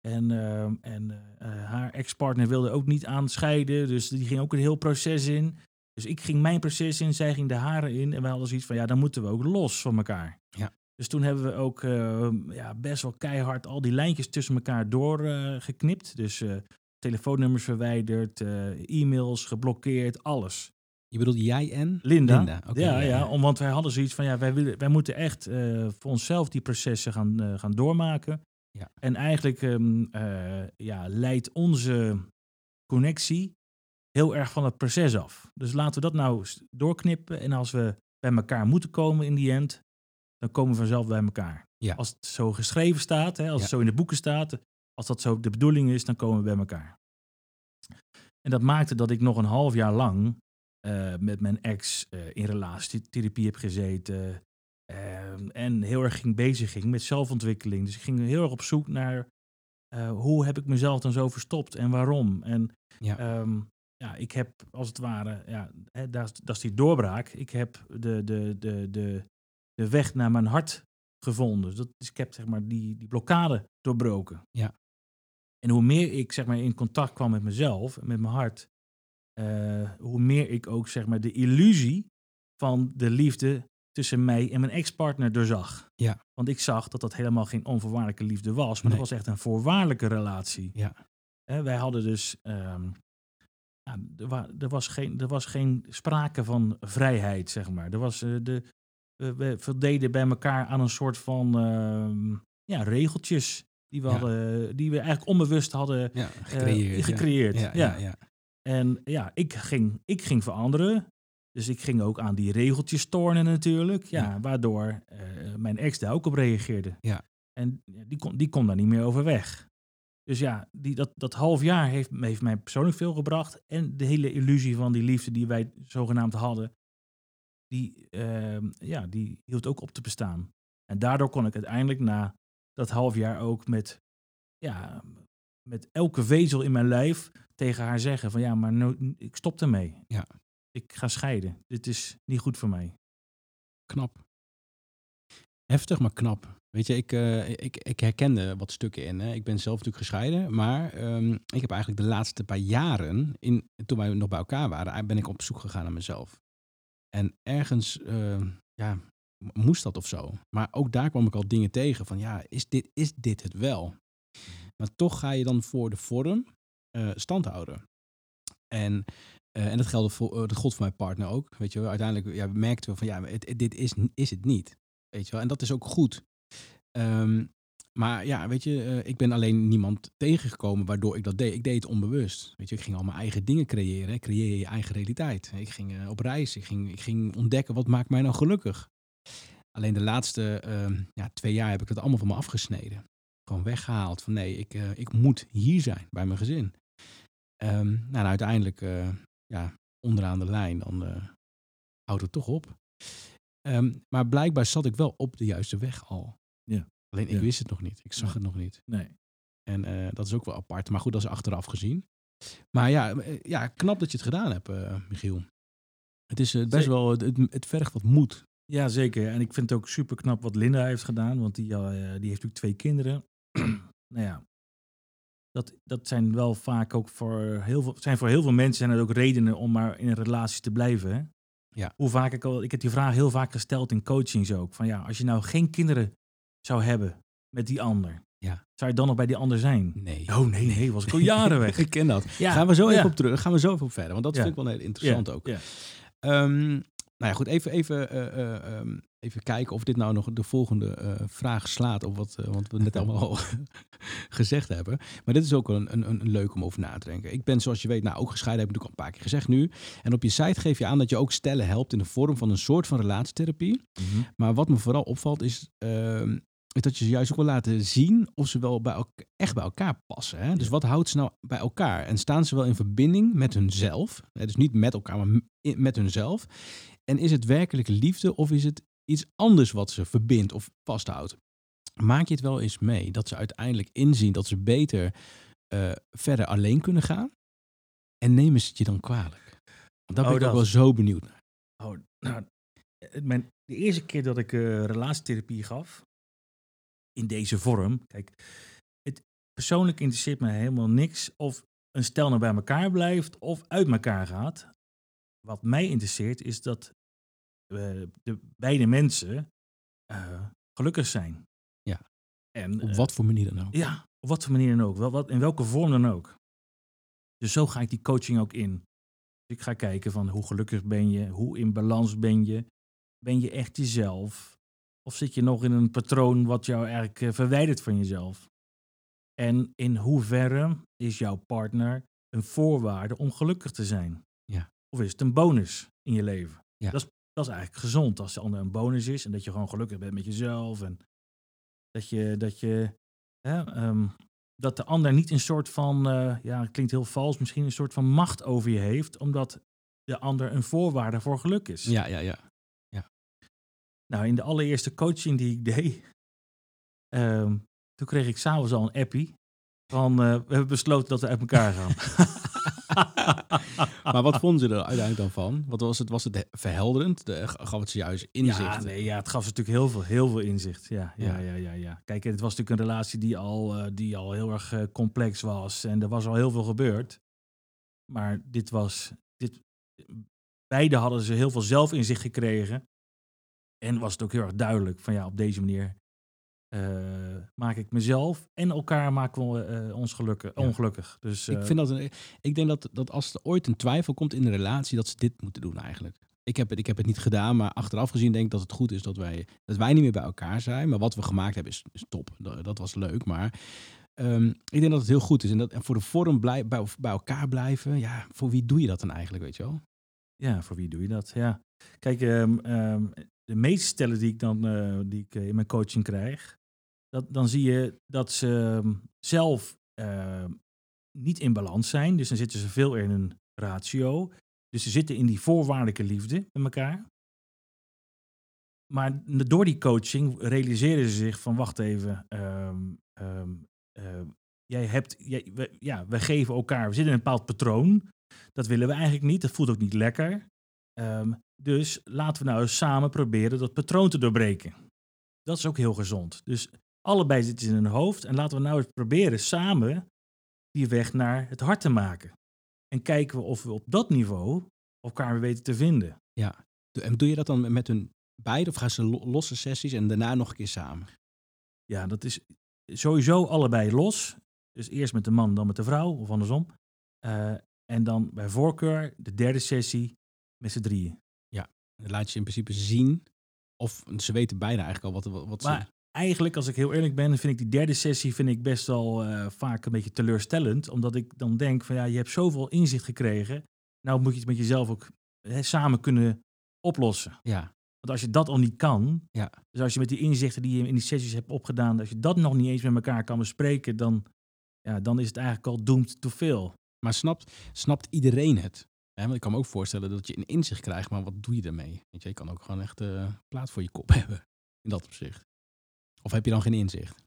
En haar ex-partner wilde ook niet aanscheiden. Dus die ging ook een heel proces in. Dus ik ging mijn proces in, zij ging de haren in. En wij hadden zoiets van, dan moeten we ook los van elkaar. Ja. Dus toen hebben we ook best wel keihard al die lijntjes tussen elkaar doorgeknipt. Dus telefoonnummers verwijderd, e-mails geblokkeerd, alles. Je bedoelt jij en? Linda. Okay, want wij hadden zoiets van, wij moeten echt voor onszelf die processen gaan doormaken. Ja. En eigenlijk leidt onze connectie heel erg van het proces af. Dus laten we dat nou doorknippen. En als we bij elkaar moeten komen in die end, dan komen we vanzelf bij elkaar. Ja. Als het zo geschreven staat, als het zo in de boeken staat, als dat zo de bedoeling is, dan komen we bij elkaar. En dat maakte dat ik nog een half jaar lang met mijn ex in relatietherapie heb gezeten. En heel erg bezig ging met zelfontwikkeling. Dus ik ging heel erg op zoek naar hoe heb ik mezelf dan zo verstopt en waarom. En Ja. ik heb als het ware, dat is die doorbraak. Ik heb de weg naar mijn hart gevonden. Dus ik heb zeg maar die blokkade doorbroken. Ja. En hoe meer ik zeg maar in contact kwam met mezelf en met mijn hart, hoe meer ik ook zeg maar de illusie van de liefde tussen mij en mijn ex-partner doorzag. Ja. Want ik zag dat dat helemaal geen onvoorwaardelijke liefde was, maar Nee. dat was echt een voorwaardelijke relatie. Ja. Wij hadden dus, er was geen sprake van vrijheid, zeg maar. We voldeden bij elkaar aan een soort van regeltjes die we eigenlijk onbewust hadden gecreëerd. Ja. En ik ging veranderen. Dus ik ging ook aan die regeltjes tornen natuurlijk. Waardoor mijn ex daar ook op reageerde. Ja. En die kon daar niet meer over weg. Dus dat half jaar heeft mij persoonlijk veel gebracht. En de hele illusie van die liefde die wij zogenaamd hadden, die hield ook op te bestaan. En daardoor kon ik uiteindelijk na dat half jaar ook met elke vezel in mijn lijf tegen haar zeggen van maar ik stop ermee. Ja. Ik ga scheiden. Dit is niet goed voor mij. Knap. Heftig, maar knap. Weet je, ik herkende wat stukken in. Hè. Ik ben zelf natuurlijk gescheiden, maar ik heb eigenlijk de laatste paar jaren, toen wij nog bij elkaar waren, ben ik op zoek gegaan naar mezelf. En ergens, moest dat of zo. Maar ook daar kwam ik al dingen tegen van, is dit het wel? Maar toch ga je dan voor de vorm stand houden. En dat geldt dat gold voor mijn partner ook. Weet je wel, uiteindelijk merkten we van dit is het niet. Weet je wel, en dat is ook goed. Maar weet je, ik ben alleen niemand tegengekomen waardoor ik dat deed. Ik deed het onbewust. Weet je, ik ging al mijn eigen dingen creëren. Creëer je eigen realiteit. Ik ging op reis. Ik ging ontdekken wat maakt mij nou gelukkig. Alleen de laatste 2 jaar heb ik het allemaal van me afgesneden. Gewoon weggehaald van nee, ik moet hier zijn bij mijn gezin. Uiteindelijk onderaan de lijn, dan houdt het toch op. Maar blijkbaar zat ik wel op de juiste weg al. Ja. Alleen ik wist het nog niet. Ik zag het nog niet. Nee. En dat is ook wel apart. Maar goed, dat is achteraf gezien. Maar knap dat je het gedaan hebt, Michiel. Het is best wel, het vergt wat moed. Ja, zeker. En ik vind het ook super knap wat Linda heeft gedaan. Want die heeft natuurlijk 2 kinderen. Dat zijn wel vaak ook voor heel veel mensen zijn er ook redenen om maar in een relatie te blijven. Hè? Ja. Hoe vaak ik heb die vraag heel vaak gesteld in coachings ook. Van als je nou geen kinderen zou hebben met die ander, zou je dan nog bij die ander zijn? Nee. Oh nee, was ik al jaren weg. Ik ken dat. Ja. Gaan we zo even op terug. Gaan we zo even op verder. Want dat vind ik wel heel interessant ook. Ja. Goed, even kijken of dit nou nog de volgende vraag slaat op wat we net allemaal al gezegd hebben. Maar dit is ook wel een leuk om over na te denken. Ik ben, zoals je weet, ook gescheiden, heb ik natuurlijk al een paar keer gezegd nu. En op je site geef je aan dat je ook stellen helpt in de vorm van een soort van relatietherapie. Mm-hmm. Maar wat me vooral opvalt is dat je ze juist ook wil laten zien of ze wel echt bij elkaar passen. Hè? Dus wat houdt ze nou bij elkaar? En staan ze wel in verbinding met hunzelf? Dus niet met elkaar, maar met hunzelf. En is het werkelijke liefde of is het iets anders wat ze verbindt of vasthoudt? Maak je het wel eens mee dat ze uiteindelijk inzien dat ze beter verder alleen kunnen gaan? En nemen ze het je dan kwalijk? Want daar ben ik ook wel zo benieuwd naar. De eerste keer dat ik relatietherapie gaf, in deze vorm, kijk, het persoonlijk interesseert me helemaal niks of een stel nou bij elkaar blijft of uit elkaar gaat. Wat mij interesseert is dat de beide mensen gelukkig zijn. Ja. En, op wat voor manier dan ook. Ja, op wat voor manier dan ook. In welke vorm dan ook. Dus zo ga ik die coaching ook in. Dus ik ga kijken van hoe gelukkig ben je, hoe in balans ben je. Ben je echt jezelf? Of zit je nog in een patroon wat jou eigenlijk verwijdert van jezelf? En in hoeverre is jouw partner een voorwaarde om gelukkig te zijn? Ja. Of is het een bonus in je leven? Ja. Dat is eigenlijk gezond als de ander een bonus is en dat je gewoon gelukkig bent met jezelf en dat de ander niet een soort van, het klinkt heel vals, misschien een soort van macht over je heeft, omdat de ander een voorwaarde voor geluk is. Ja. Nou, in de allereerste coaching die ik deed, toen kreeg ik s'avonds al een appie van we hebben besloten dat we uit elkaar gaan. Maar wat vonden ze er uiteindelijk dan van? Wat was het? Was het verhelderend? Gaf het ze juist inzicht? Het gaf ze natuurlijk heel veel inzicht. Ja. Kijk, het was natuurlijk een relatie die al heel erg complex was en er was al heel veel gebeurd. Maar beide hadden ze heel veel zelfinzicht gekregen. En was het ook heel erg duidelijk van ja, op deze manier maak ik mezelf en elkaar maken we ons ongelukkig. Dus, Ik denk dat als er ooit een twijfel komt in de relatie, dat ze dit moeten doen eigenlijk. Ik heb het niet gedaan, maar achteraf gezien denk ik dat het goed is dat wij niet meer bij elkaar zijn. Maar wat we gemaakt hebben is top. Dat was leuk, maar ik denk dat het heel goed is. En voor de vorm bij elkaar blijven, ja, voor wie doe je dat dan eigenlijk, weet je wel? Ja, voor wie doe je dat? Ja. Kijk, de meeste stellen die ik in mijn coaching krijg, dan zie je dat ze zelf niet in balans zijn. Dus dan zitten ze veel in een ratio. Dus ze zitten in die voorwaardelijke liefde met elkaar. Maar door die coaching realiseren ze zich van wacht even. We geven elkaar, we zitten in een bepaald patroon. Dat willen we eigenlijk niet. Dat voelt ook niet lekker. Dus laten we nou eens samen proberen dat patroon te doorbreken. Dat is ook heel gezond. Dus allebei zitten in hun hoofd. En laten we nou eens proberen samen die weg naar het hart te maken. En kijken we of we op dat niveau elkaar weer weten te vinden. Ja. En doe je dat dan met hun beiden of gaan ze losse sessies en daarna nog een keer samen? Ja, dat is sowieso allebei los. Dus eerst met de man, dan met de vrouw of andersom. En dan bij voorkeur de derde sessie met z'n drieën. Ja, dan laat je in principe zien. Of ze weten beide eigenlijk al wat maar ze... Eigenlijk, als ik heel eerlijk ben, vind ik die derde sessie best wel vaak een beetje teleurstellend. Omdat ik dan denk van ja, je hebt zoveel inzicht gekregen. Nou moet je het met jezelf ook samen kunnen oplossen. Ja. Want als je dat al niet kan, Ja. dus als je met die inzichten die je in die sessies hebt opgedaan, als je dat nog niet eens met elkaar kan bespreken, dan is het eigenlijk al doomed to fail. Maar snapt iedereen het? Want ik kan me ook voorstellen dat je een inzicht krijgt, maar wat doe je ermee? Weet je kan ook gewoon echt plaat voor je kop hebben, in dat opzicht. Of heb je dan geen inzicht?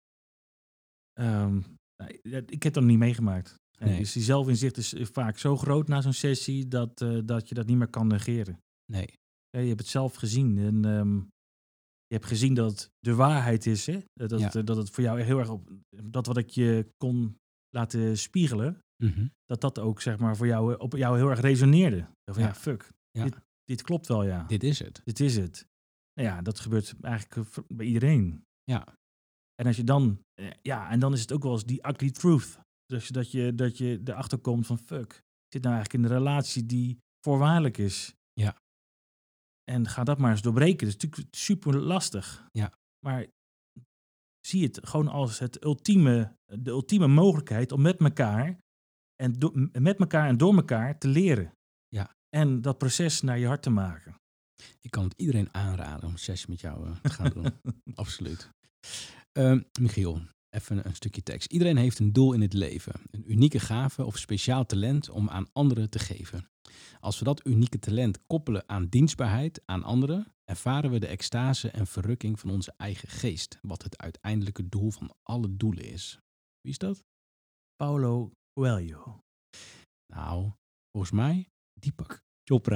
Ik heb dat nog niet meegemaakt. Nee. Dus die zelfinzicht is vaak zo groot na zo'n sessie dat je dat niet meer kan negeren. Nee. Je hebt het zelf gezien en je hebt gezien dat het de waarheid is. Hè? Dat het voor jou heel erg dat wat ik je kon laten spiegelen, dat ook zeg maar op jou heel erg resoneerde. Van fuck, dit klopt wel, ja. Dit is het. Dit is het. Nou ja, dat gebeurt eigenlijk bij iedereen. Ja. En als je dan, en dan is het ook wel eens die ugly truth. Dus dat je erachter komt van fuck, ik zit nou eigenlijk in een relatie die voorwaardelijk is. Ja. En ga dat maar eens doorbreken. Dat is natuurlijk super lastig. Ja. Maar zie het gewoon als de ultieme mogelijkheid om met elkaar en door elkaar te leren. Ja. En dat proces naar je hart te maken. Ik kan het iedereen aanraden om een sessie met jou te gaan doen. Absoluut. Michiel, even een stukje tekst. Iedereen heeft een doel in het leven. Een unieke gave of speciaal talent om aan anderen te geven. Als we dat unieke talent koppelen aan dienstbaarheid aan anderen, ervaren we de extase en verrukking van onze eigen geest. Wat het uiteindelijke doel van alle doelen is. Wie is dat? Paulo Coelho. Nou, volgens mij Deepak Chopra.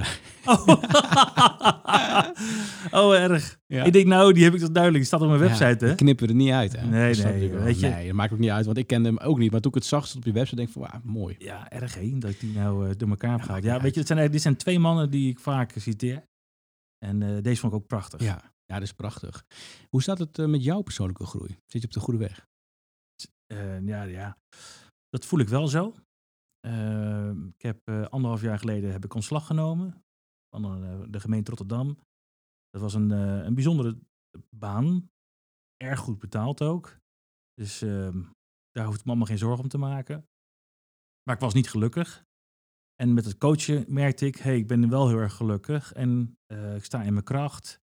Erg. Ja. Ik denk, die heb ik toch duidelijk. Die staat op mijn website, hè? Die knippen er niet uit, hè? Nee, weet je? Nee, dat maakt ook niet uit, want ik kende hem ook niet. Maar toen ik het zag, stond op je website, denk ik van, mooi. Ja, erg, hè? Dat ik die nou door elkaar heb gehaald. Ja, weet je, dit zijn twee mannen die ik vaak citeer. En deze vond ik ook prachtig. Ja, dat is prachtig. Hoe staat het met jouw persoonlijke groei? Zit je op de goede weg? Ja. Dat voel ik wel zo. Ik heb 1,5 jaar geleden heb ik ontslag genomen van de gemeente Rotterdam. Dat was een bijzondere baan. Erg goed betaald ook. Dus daar hoefde ik me allemaal geen zorgen om te maken. Maar ik was niet gelukkig. En met het coachen merkte ik, ik ben wel heel erg gelukkig. En ik sta in mijn kracht.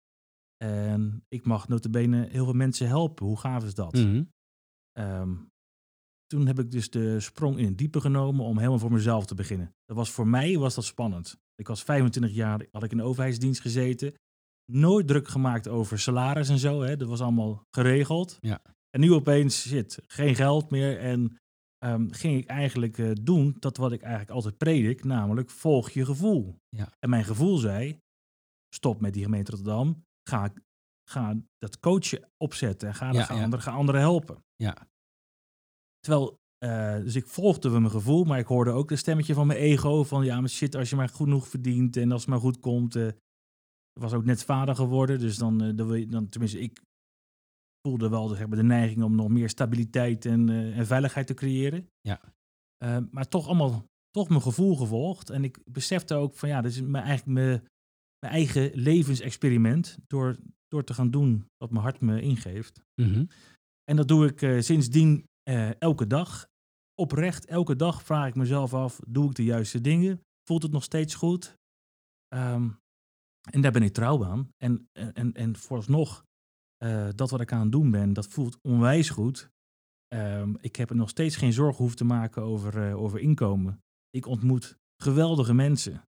En ik mag nota bene heel veel mensen helpen. Hoe gaaf is dat? toen heb ik dus de sprong in het diepe genomen om helemaal voor mezelf te beginnen. Voor mij was dat spannend. Ik was 25 jaar, had ik in de overheidsdienst gezeten. Nooit druk gemaakt over salaris en zo. Hè. Dat was allemaal geregeld. Ja. En nu opeens, geen geld meer. En ging ik eigenlijk doen dat wat ik eigenlijk altijd predik. Namelijk, volg je gevoel. Ja. En mijn gevoel zei, stop met die gemeente Rotterdam. Ga dat coachen opzetten. En ga anderen helpen. Ja. Terwijl, dus ik volgde mijn gevoel, maar ik hoorde ook een stemmetje van mijn ego. Van ja, maar shit, als je maar genoeg verdient en als het maar goed komt. Ik was ook net vader geworden, dus dan wil je, tenminste, ik voelde wel de neiging om nog meer stabiliteit en veiligheid te creëren. Ja. Maar toch mijn gevoel gevolgd. En ik besefte ook van ja, dit is mijn eigen levensexperiment door te gaan doen wat mijn hart me ingeeft. Mm-hmm. En dat doe ik sindsdien elke dag. Oprecht, elke dag vraag ik mezelf af, doe ik de juiste dingen? Voelt het nog steeds goed? En daar ben ik trouw aan. En vooralsnog, dat wat ik aan het doen ben, dat voelt onwijs goed. Ik heb er nog steeds geen zorgen hoeven te maken over inkomen. Ik ontmoet geweldige mensen.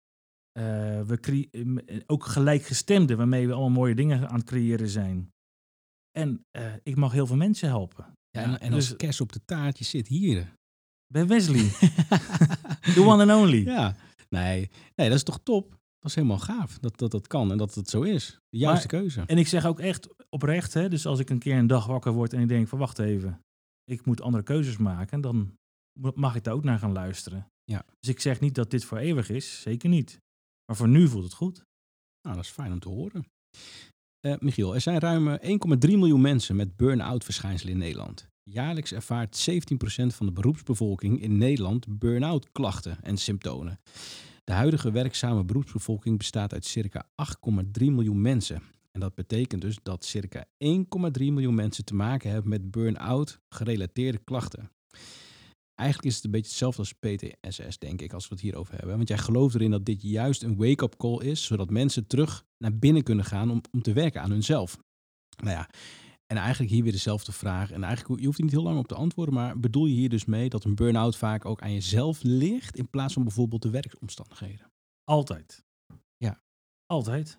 Ook gelijkgestemden, waarmee we allemaal mooie dingen aan het creëren zijn. En ik mag heel veel mensen helpen. Ja, en als kerst op de taart, je zit hier. Bij Wesley. The one and only. Ja, nee, dat is toch top? Dat is helemaal gaaf dat kan en dat het zo is. De juiste keuze. En ik zeg ook echt oprecht, hè, dus als ik een keer een dag wakker word en ik denk van wacht even, ik moet andere keuzes maken, dan mag ik daar ook naar gaan luisteren. Ja. Dus ik zeg niet dat dit voor eeuwig is, zeker niet. Maar voor nu voelt het goed. Nou, dat is fijn om te horen. Michiel, er zijn ruim 1,3 miljoen mensen met burn-out verschijnselen in Nederland. Jaarlijks ervaart 17% van de beroepsbevolking in Nederland burn-out klachten en symptomen. De huidige werkzame beroepsbevolking bestaat uit circa 8,3 miljoen mensen. En dat betekent dus dat circa 1,3 miljoen mensen te maken hebben met burn-out gerelateerde klachten. Eigenlijk is het een beetje hetzelfde als PTSS, denk ik, als we het hierover hebben. Want jij gelooft erin dat dit juist een wake-up call is, zodat mensen terug naar binnen kunnen gaan om te werken aan hunzelf. Nou ja, en eigenlijk hier weer dezelfde vraag. En eigenlijk, je hoeft er niet heel lang op te antwoorden, maar bedoel je hier dus mee dat een burn-out vaak ook aan jezelf ligt in plaats van bijvoorbeeld de werkomstandigheden? Altijd. Ja. Altijd.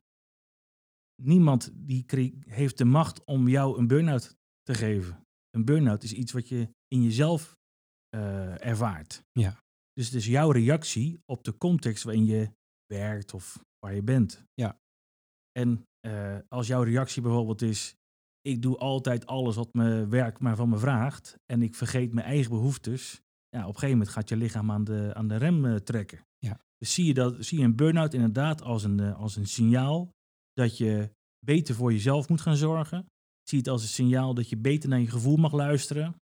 Niemand heeft de macht om jou een burn-out te geven. Een burn-out is iets wat je in jezelf ervaart. Ja. Dus het is jouw reactie op de context waarin je werkt of waar je bent. Ja. En als jouw reactie bijvoorbeeld is, ik doe altijd alles wat mijn werk maar van me vraagt en ik vergeet mijn eigen behoeftes, ja, op een gegeven moment gaat je lichaam aan de rem trekken. Ja. Dus zie je een burn-out inderdaad als een signaal dat je beter voor jezelf moet gaan zorgen. Zie het als een signaal dat je beter naar je gevoel mag luisteren.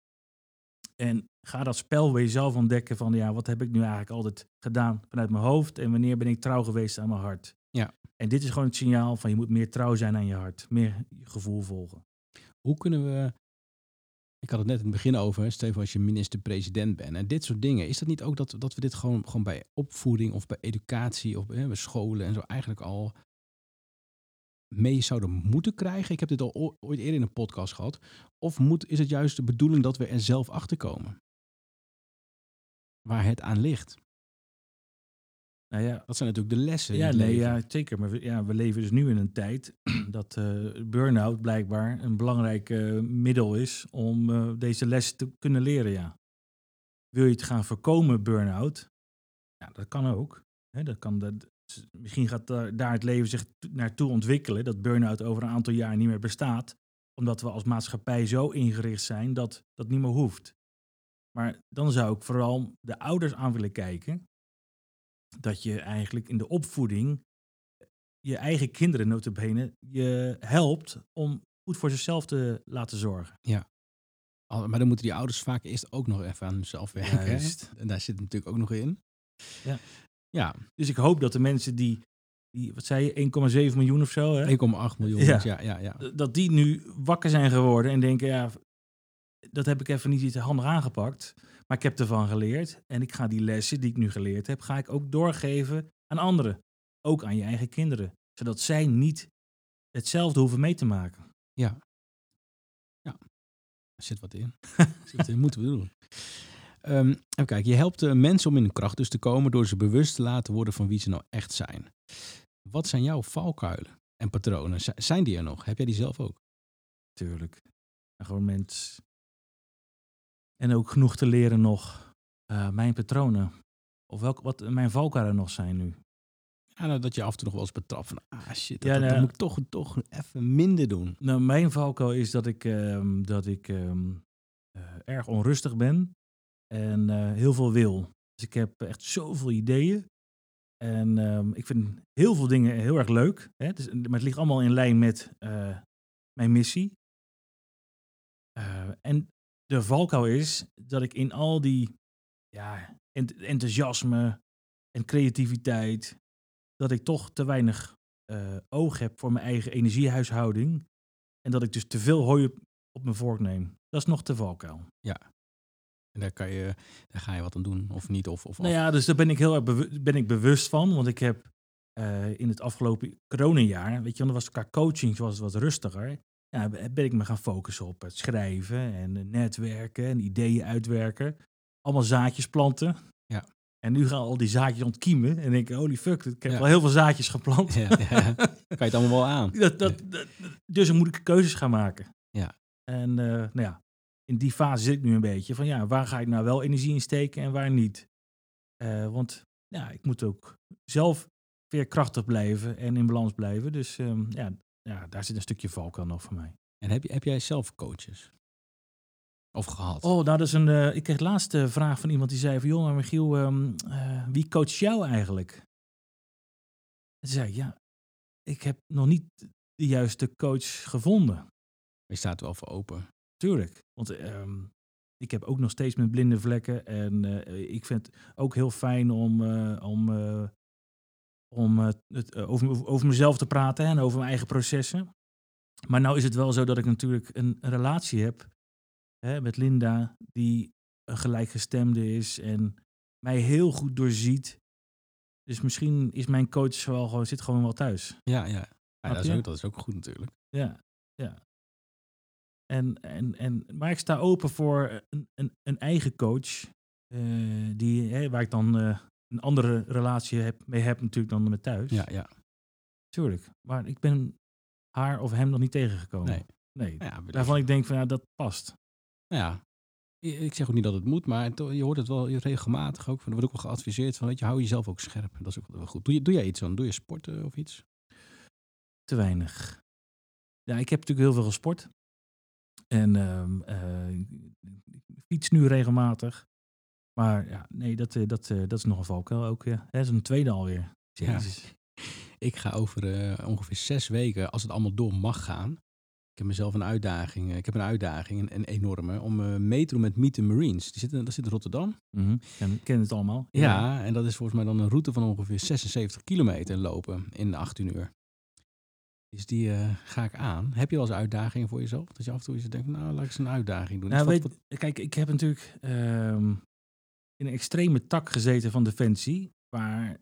En ga dat spel bij jezelf ontdekken van, ja, wat heb ik nu eigenlijk altijd gedaan vanuit mijn hoofd en wanneer ben ik trouw geweest aan mijn hart. Ja. En dit is gewoon het signaal van je moet meer trouw zijn aan je hart, meer je gevoel volgen. Hoe kunnen we, ik had het net in het begin over, stel als je minister-president bent en dit soort dingen, is dat niet ook dat we dit gewoon bij opvoeding of bij educatie of bij scholen en zo eigenlijk al mee zouden moeten krijgen? Ik heb dit al ooit eerder in een podcast gehad. Of is het juist de bedoeling dat we er zelf achter komen? Waar het aan ligt. Nou ja, dat zijn natuurlijk de lessen. Ja, ja, zeker. Maar we leven dus nu in een tijd dat burn-out blijkbaar een belangrijk middel is om deze les te kunnen leren. Ja. Wil je het gaan voorkomen, burn-out? Ja, dat kan ook. Hè, misschien gaat daar het leven zich naartoe ontwikkelen, dat burn-out over een aantal jaar niet meer bestaat, omdat we als maatschappij zo ingericht zijn dat dat niet meer hoeft. Maar dan zou ik vooral de ouders aan willen kijken, dat je eigenlijk in de opvoeding je eigen kinderen nota bene je helpt om goed voor zichzelf te laten zorgen. Ja. Maar dan moeten die ouders vaak eerst ook nog even aan hunzelf werken. Juist. En daar zit het natuurlijk ook nog in. Ja. Ja. Dus ik hoop dat de mensen die wat zei je, 1,7 miljoen of zo? 1,8 miljoen. Ja. Dat die nu wakker zijn geworden en denken, ja, dat heb ik even niet handig aangepakt. Maar ik heb ervan geleerd. En ik ga die lessen die ik nu geleerd heb, ga ik ook doorgeven aan anderen. Ook aan je eigen kinderen. Zodat zij niet hetzelfde hoeven mee te maken. Ja. Er zit wat in. Moeten we doen. Even kijken, je helpt mensen om in hun kracht dus te komen door ze bewust te laten worden van wie ze nou echt zijn. Wat zijn jouw valkuilen en patronen? Zijn die er nog? Heb jij die zelf ook? Tuurlijk. En gewoon mens. En ook genoeg te leren nog mijn patronen. Of wat mijn valkuilen nog zijn nu. Ja, nou, dat je af en toe nog wel eens betrapt van, shit, Ja, dat moet ik toch even minder doen. Nou, mijn valkuil is dat ik erg onrustig ben en heel veel wil. Dus ik heb echt zoveel ideeën. En ik vind heel veel dingen heel erg leuk. Hè? Dus, maar het ligt allemaal in lijn met mijn missie. En de valkuil is dat ik in al die enthousiasme en creativiteit, dat ik toch te weinig oog heb voor mijn eigen energiehuishouding. En dat ik dus te veel hooi op mijn vork neem. Dat is nog de valkuil. Ja. En daar ga je wat aan doen, of niet? Nou ja, dus daar ben ik heel erg bewust van. Want ik heb in het afgelopen coronajaar, weet je, dan was qua coaching was het wat rustiger. Ja, ben ik me gaan focussen op het schrijven en netwerken en ideeën uitwerken. Allemaal zaadjes planten. Ja. En nu gaan al die zaadjes ontkiemen. En denk ik, holy fuck, ik heb wel heel veel zaadjes geplant. Ja. Kan je het allemaal wel aan. Dus dan moet ik keuzes gaan maken. Ja. En in die fase zit ik nu een beetje van, waar ga ik nou wel energie in steken en waar niet? Want ik moet ook zelf veerkrachtig blijven en in balans blijven. Dus daar zit een stukje valkuil nog voor mij. En heb jij zelf coaches? Of gehad? Oh, nou, dat is ik kreeg laatst een vraag van iemand die zei van, joh, maar Michiel, wie coacht jou eigenlijk? En ze zei, ik heb nog niet de juiste coach gevonden. Je staat er wel voor open. Tuurlijk, want ik heb ook nog steeds mijn blinde vlekken. En ik vind het ook heel fijn om over mezelf te praten en over mijn eigen processen. Maar nou is het wel zo dat ik natuurlijk een relatie heb met Linda, die een gelijkgestemde is en mij heel goed doorziet. Dus misschien is mijn coach zit gewoon wel thuis. Ja, dat is ook goed natuurlijk. Ja. Maar ik sta open voor een eigen coach, waar ik dan een andere relatie mee heb natuurlijk dan met thuis. Ja. Tuurlijk, maar ik ben haar of hem nog niet tegengekomen. Nee. Waarvan ik denk van, dat past. Nou ja, ik zeg ook niet dat het moet, maar je hoort het wel regelmatig ook. Er wordt ook wel geadviseerd van, hou jezelf ook scherp. Dat is ook wel goed. Doe jij iets dan? Doe je sporten of iets? Te weinig. Ja, ik heb natuurlijk heel veel gesport. En ik fiets nu regelmatig. Maar dat is nog een valkuil ook. Ja. Dat is een tweede alweer. Jezus. Ja. Ik ga over ongeveer 6 weken, als het allemaal door mag gaan. Ik heb mezelf een uitdaging. Ik heb een uitdaging, een enorme, om mee te doen met Meet the Marines. Dat zit in Rotterdam. Mm-hmm. Ik ken het allemaal. Ja, en dat is volgens mij dan een route van ongeveer 76 kilometer lopen in 18 uur. Dus die ga ik aan. Heb je wel eens uitdagingen voor jezelf? Dat je af en toe denkt, laat ik eens een uitdaging doen. Nou, kijk, ik heb natuurlijk in een extreme tak gezeten van Defensie. Waar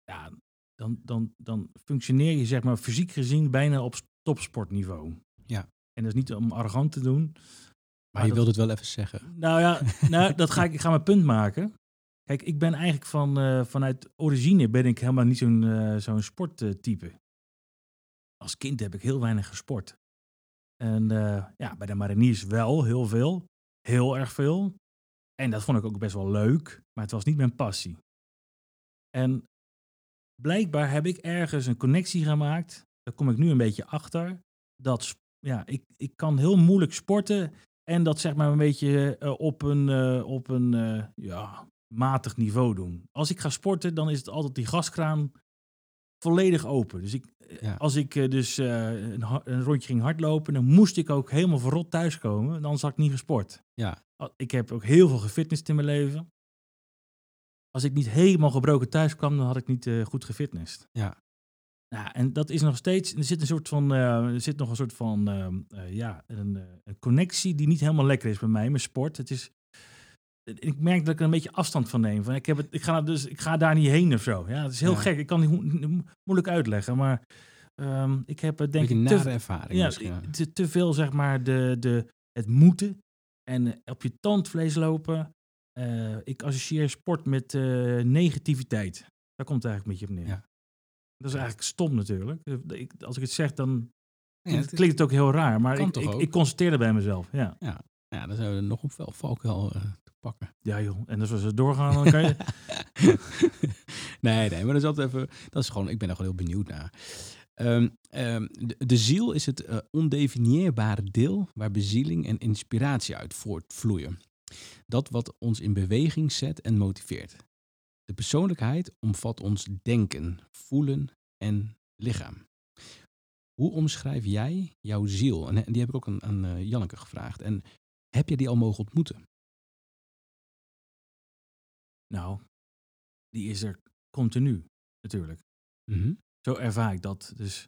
dan functioneer je zeg maar fysiek gezien bijna op topsportniveau. Ja. En dat is niet om arrogant te doen. Maar je wilt het wel even zeggen. Nou ja, ik ga mijn punt maken. Kijk, ik ben eigenlijk vanuit origine ben ik helemaal niet zo'n sporttype. Als kind heb ik heel weinig gesport. En bij de mariniers wel heel veel. Heel erg veel. En dat vond ik ook best wel leuk. Maar het was niet mijn passie. En blijkbaar heb ik ergens een connectie gemaakt. Daar kom ik nu een beetje achter. Dat ik kan heel moeilijk sporten. En dat zeg maar een beetje op een matig niveau doen. Als ik ga sporten, dan is het altijd die gaskraan volledig open. Dus als ik een rondje ging hardlopen, dan moest ik ook helemaal verrot thuiskomen. Anders had ik niet gesport. Ja. Ik heb ook heel veel gefitnessd in mijn leven. Als ik niet helemaal gebroken thuis kwam, dan had ik niet goed gefitnessd. Ja. Nou, en dat is nog steeds. Er zit nog een soort van een connectie die niet helemaal lekker is bij mij, mijn sport. Ik merk dat ik er een beetje afstand van neem. Van, ik ga daar niet heen of zo. Ja, het is heel gek. Ik kan het moeilijk uitleggen, maar ik heb denk ik ervaring. Te veel zeg maar het moeten en op je tandvlees lopen. Ik associeer sport met negativiteit. Daar komt het eigenlijk een beetje op neer. Ja. Dat is eigenlijk stom natuurlijk. Als ik het zeg, dan Ja, klinkt het ook heel raar. Maar kan toch ook? ik constateer dat bij mezelf. Ja, ja, dan zijn we nog op valkuil te pakken. ja joh. En dus als we doorgaan, dan kan je... nee, maar dat is altijd even. Dat is gewoon. Ik ben er gewoon heel benieuwd naar. De ziel is het ondefinieerbare deel waar bezieling en inspiratie uit voortvloeien. Dat wat ons in beweging zet en motiveert. De persoonlijkheid omvat ons denken, voelen en lichaam. Hoe omschrijf jij jouw ziel? En die heb ik ook aan Janneke gevraagd. En heb je die al mogen ontmoeten? Nou, die is er continu natuurlijk. Mhm. Zo ervaar ik dat. Dus,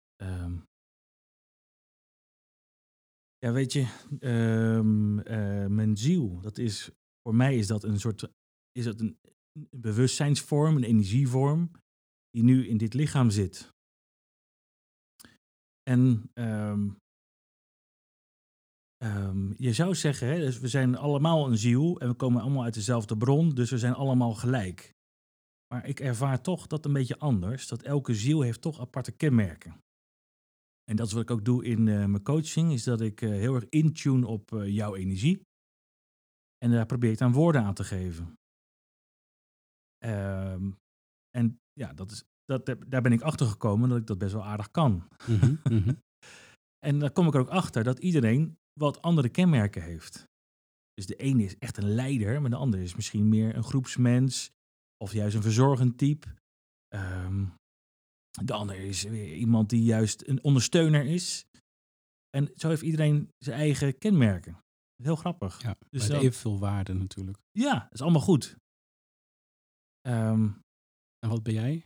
ja, weet je, mijn ziel, dat is, voor mij is dat een soort, is dat een bewustzijnsvorm, een energievorm, die nu in dit lichaam zit. En je zou zeggen, hè, dus we zijn allemaal een ziel en we komen allemaal uit dezelfde bron, dus we zijn allemaal gelijk. Maar ik ervaar toch dat een beetje anders, dat elke ziel heeft toch aparte kenmerken. En dat is wat ik ook doe in mijn coaching, is dat ik heel erg intune op jouw energie. En daar probeer ik dan woorden aan te geven. En ja, daar ben ik achter gekomen dat ik dat best wel aardig kan. Mhm, mhm. En dan kom ik er ook achter dat iedereen wat andere kenmerken heeft. Dus de ene is echt een leider, maar de andere is misschien meer een groepsmens of juist een verzorgend type. De ander is weer iemand die juist een ondersteuner is. En zo heeft iedereen zijn eigen kenmerken. Heel grappig. Ja, Dus met dan, evenveel waarde natuurlijk. ja, dat is allemaal goed. En wat ben jij?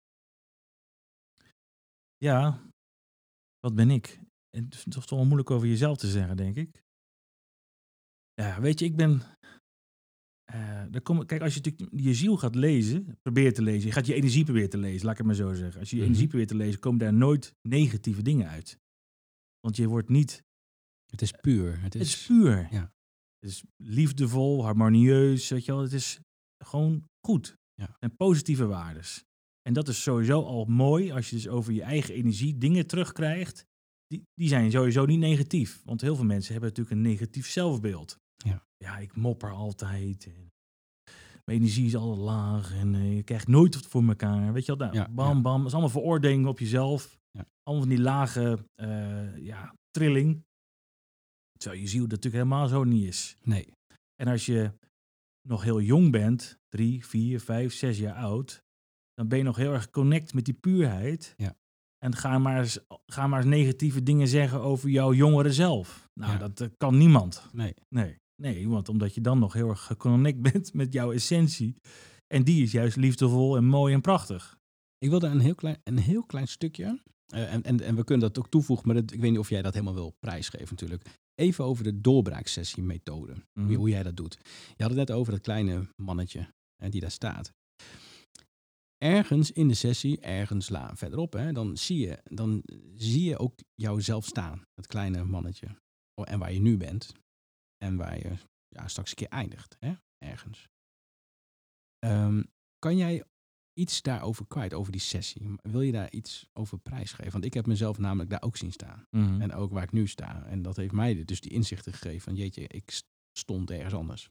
Ja, wat ben ik? En het is toch wel moeilijk over jezelf te zeggen, denk ik. Ja, weet je, ik ben... kijk, als je natuurlijk je ziel gaat lezen, probeert te lezen, je gaat je energie proberen te lezen, laat ik het maar zo zeggen. Als je je energie probeert te lezen, komen daar nooit negatieve dingen uit. Want je wordt niet... Het is puur. Het is puur. Ja. Het is liefdevol, harmonieus, weet je wel. Het is gewoon goed. Ja. En positieve waardes. En dat is sowieso al mooi als je dus over je eigen energie dingen terugkrijgt. Die zijn sowieso niet negatief. Want heel veel mensen hebben natuurlijk een negatief zelfbeeld. Ja. Ja, ik mopper altijd. En mijn energie is altijd laag en je krijgt nooit wat voor elkaar. Weet je wel, nou, Ja, bam, bam. Dat is allemaal veroordeling op jezelf. Ja. Allemaal van die lage trilling. Terwijl je ziel dat natuurlijk helemaal zo niet is. Nee. En als je nog heel jong bent, 3, 4, 5, 6 jaar oud, dan ben je nog heel erg connect met die puurheid. Ja. En ga maar eens negatieve dingen zeggen over jouw jongere zelf. Nou, Ja. dat kan niemand. Nee. Nee, want omdat je dan nog heel erg geconnect bent met jouw essentie. En die is juist liefdevol en mooi en prachtig. Ik wilde een heel klein stukje. En we kunnen dat ook toevoegen, maar ik weet niet of jij dat helemaal wil prijsgeven natuurlijk. Even over de doorbraaksessie-methode. Mhm. Hoe jij dat doet. Je had het net over dat kleine mannetje die daar staat. Ergens in de sessie, verderop, dan zie je ook jouzelf staan. Dat kleine mannetje. En waar je nu bent. En waar je straks een keer eindigt. Ergens. Kan jij iets daarover kwijt, over die sessie? Wil je daar iets over prijsgeven? Want ik heb mezelf namelijk daar ook zien staan. Mhm. En ook waar ik nu sta. En dat heeft mij dus die inzichten gegeven van jeetje, ik stond ergens anders.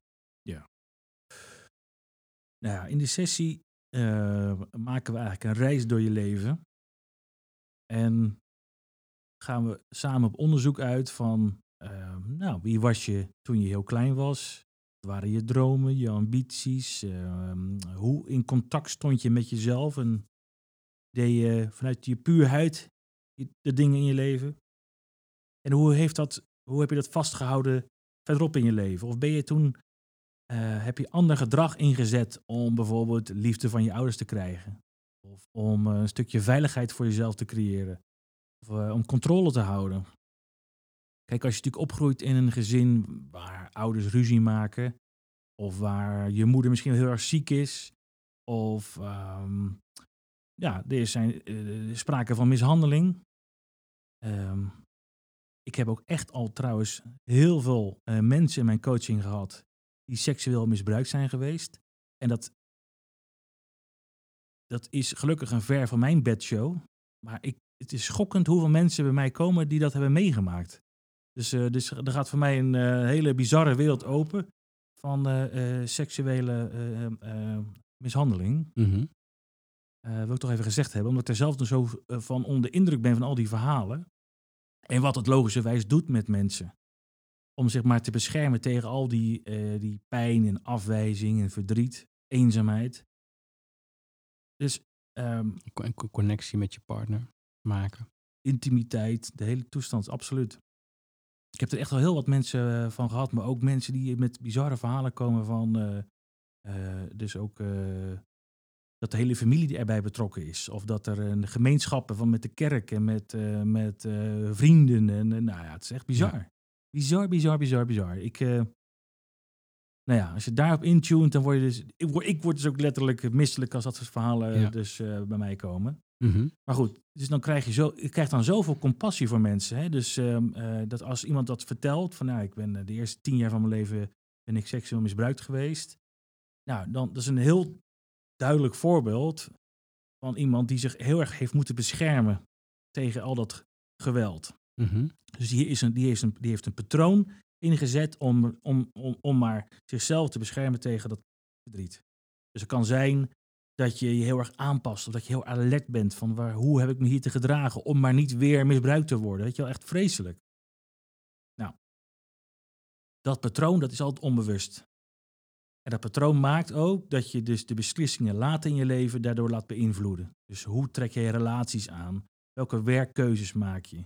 Nou ja, in de sessie maken we eigenlijk een reis door je leven. En gaan we samen op onderzoek uit van... wie was je toen je heel klein was? Wat waren je dromen, je ambities? Hoe in contact stond je met jezelf? En deed je vanuit je puurheid de dingen in je leven? En hoe heb je dat vastgehouden verderop in je leven? Of ben je toen... heb je ander gedrag ingezet om bijvoorbeeld liefde van je ouders te krijgen? Of om een stukje veiligheid voor jezelf te creëren? Of om controle te houden? Kijk, als je natuurlijk opgroeit in een gezin waar ouders ruzie maken... of waar je moeder misschien heel erg ziek is... of er zijn sprake van mishandeling... ik heb ook echt al trouwens heel veel mensen in mijn coaching gehad... die seksueel misbruikt zijn geweest. En dat is gelukkig een ver van mijn bedshow. Maar het is schokkend hoeveel mensen bij mij komen die dat hebben meegemaakt. Dus er gaat voor mij een hele bizarre wereld open van seksuele mishandeling. Mhm. Wil ik toch even gezegd hebben, omdat ik er zelf nog zo van onder indruk ben van al die verhalen. En wat het logischerwijs doet met mensen. Om zich maar te beschermen tegen al die pijn en afwijzing en verdriet, eenzaamheid. Dus Een connectie met je partner maken. intimiteit, de hele toestand, absoluut. Ik heb er echt wel heel wat mensen van gehad, maar ook mensen die met bizarre verhalen komen van, dus ook dat de hele familie erbij betrokken is. Of dat er een gemeenschappen van met de kerk en met vrienden. En nou ja, het is echt bizar. Ja. Bizar. Nou ja, als je daarop intuned, dan word je dus... Ik word dus ook letterlijk misselijk als dat soort verhalen bij mij komen. Mhm. Maar goed, dus dan je krijgt dan zoveel compassie voor mensen. Hè? Dus dat als iemand dat vertelt, van nou, ik ben de eerste 10 jaar van mijn leven ben ik seksueel misbruikt geweest. Nou, dan dat is een heel duidelijk voorbeeld van iemand die zich heel erg heeft moeten beschermen tegen al dat geweld. Mhm. Dus die heeft een patroon ingezet om maar zichzelf te beschermen tegen dat verdriet. Dus het kan zijn dat je je heel erg aanpast, of dat je heel alert bent van hoe heb ik me hier te gedragen om maar niet weer misbruikt te worden. Weet je wel, echt vreselijk. Nou, dat patroon, dat is altijd onbewust. En dat patroon maakt ook dat je dus de beslissingen later in je leven daardoor laat beïnvloeden. Dus hoe trek je relaties aan? Welke werkkeuzes maak je?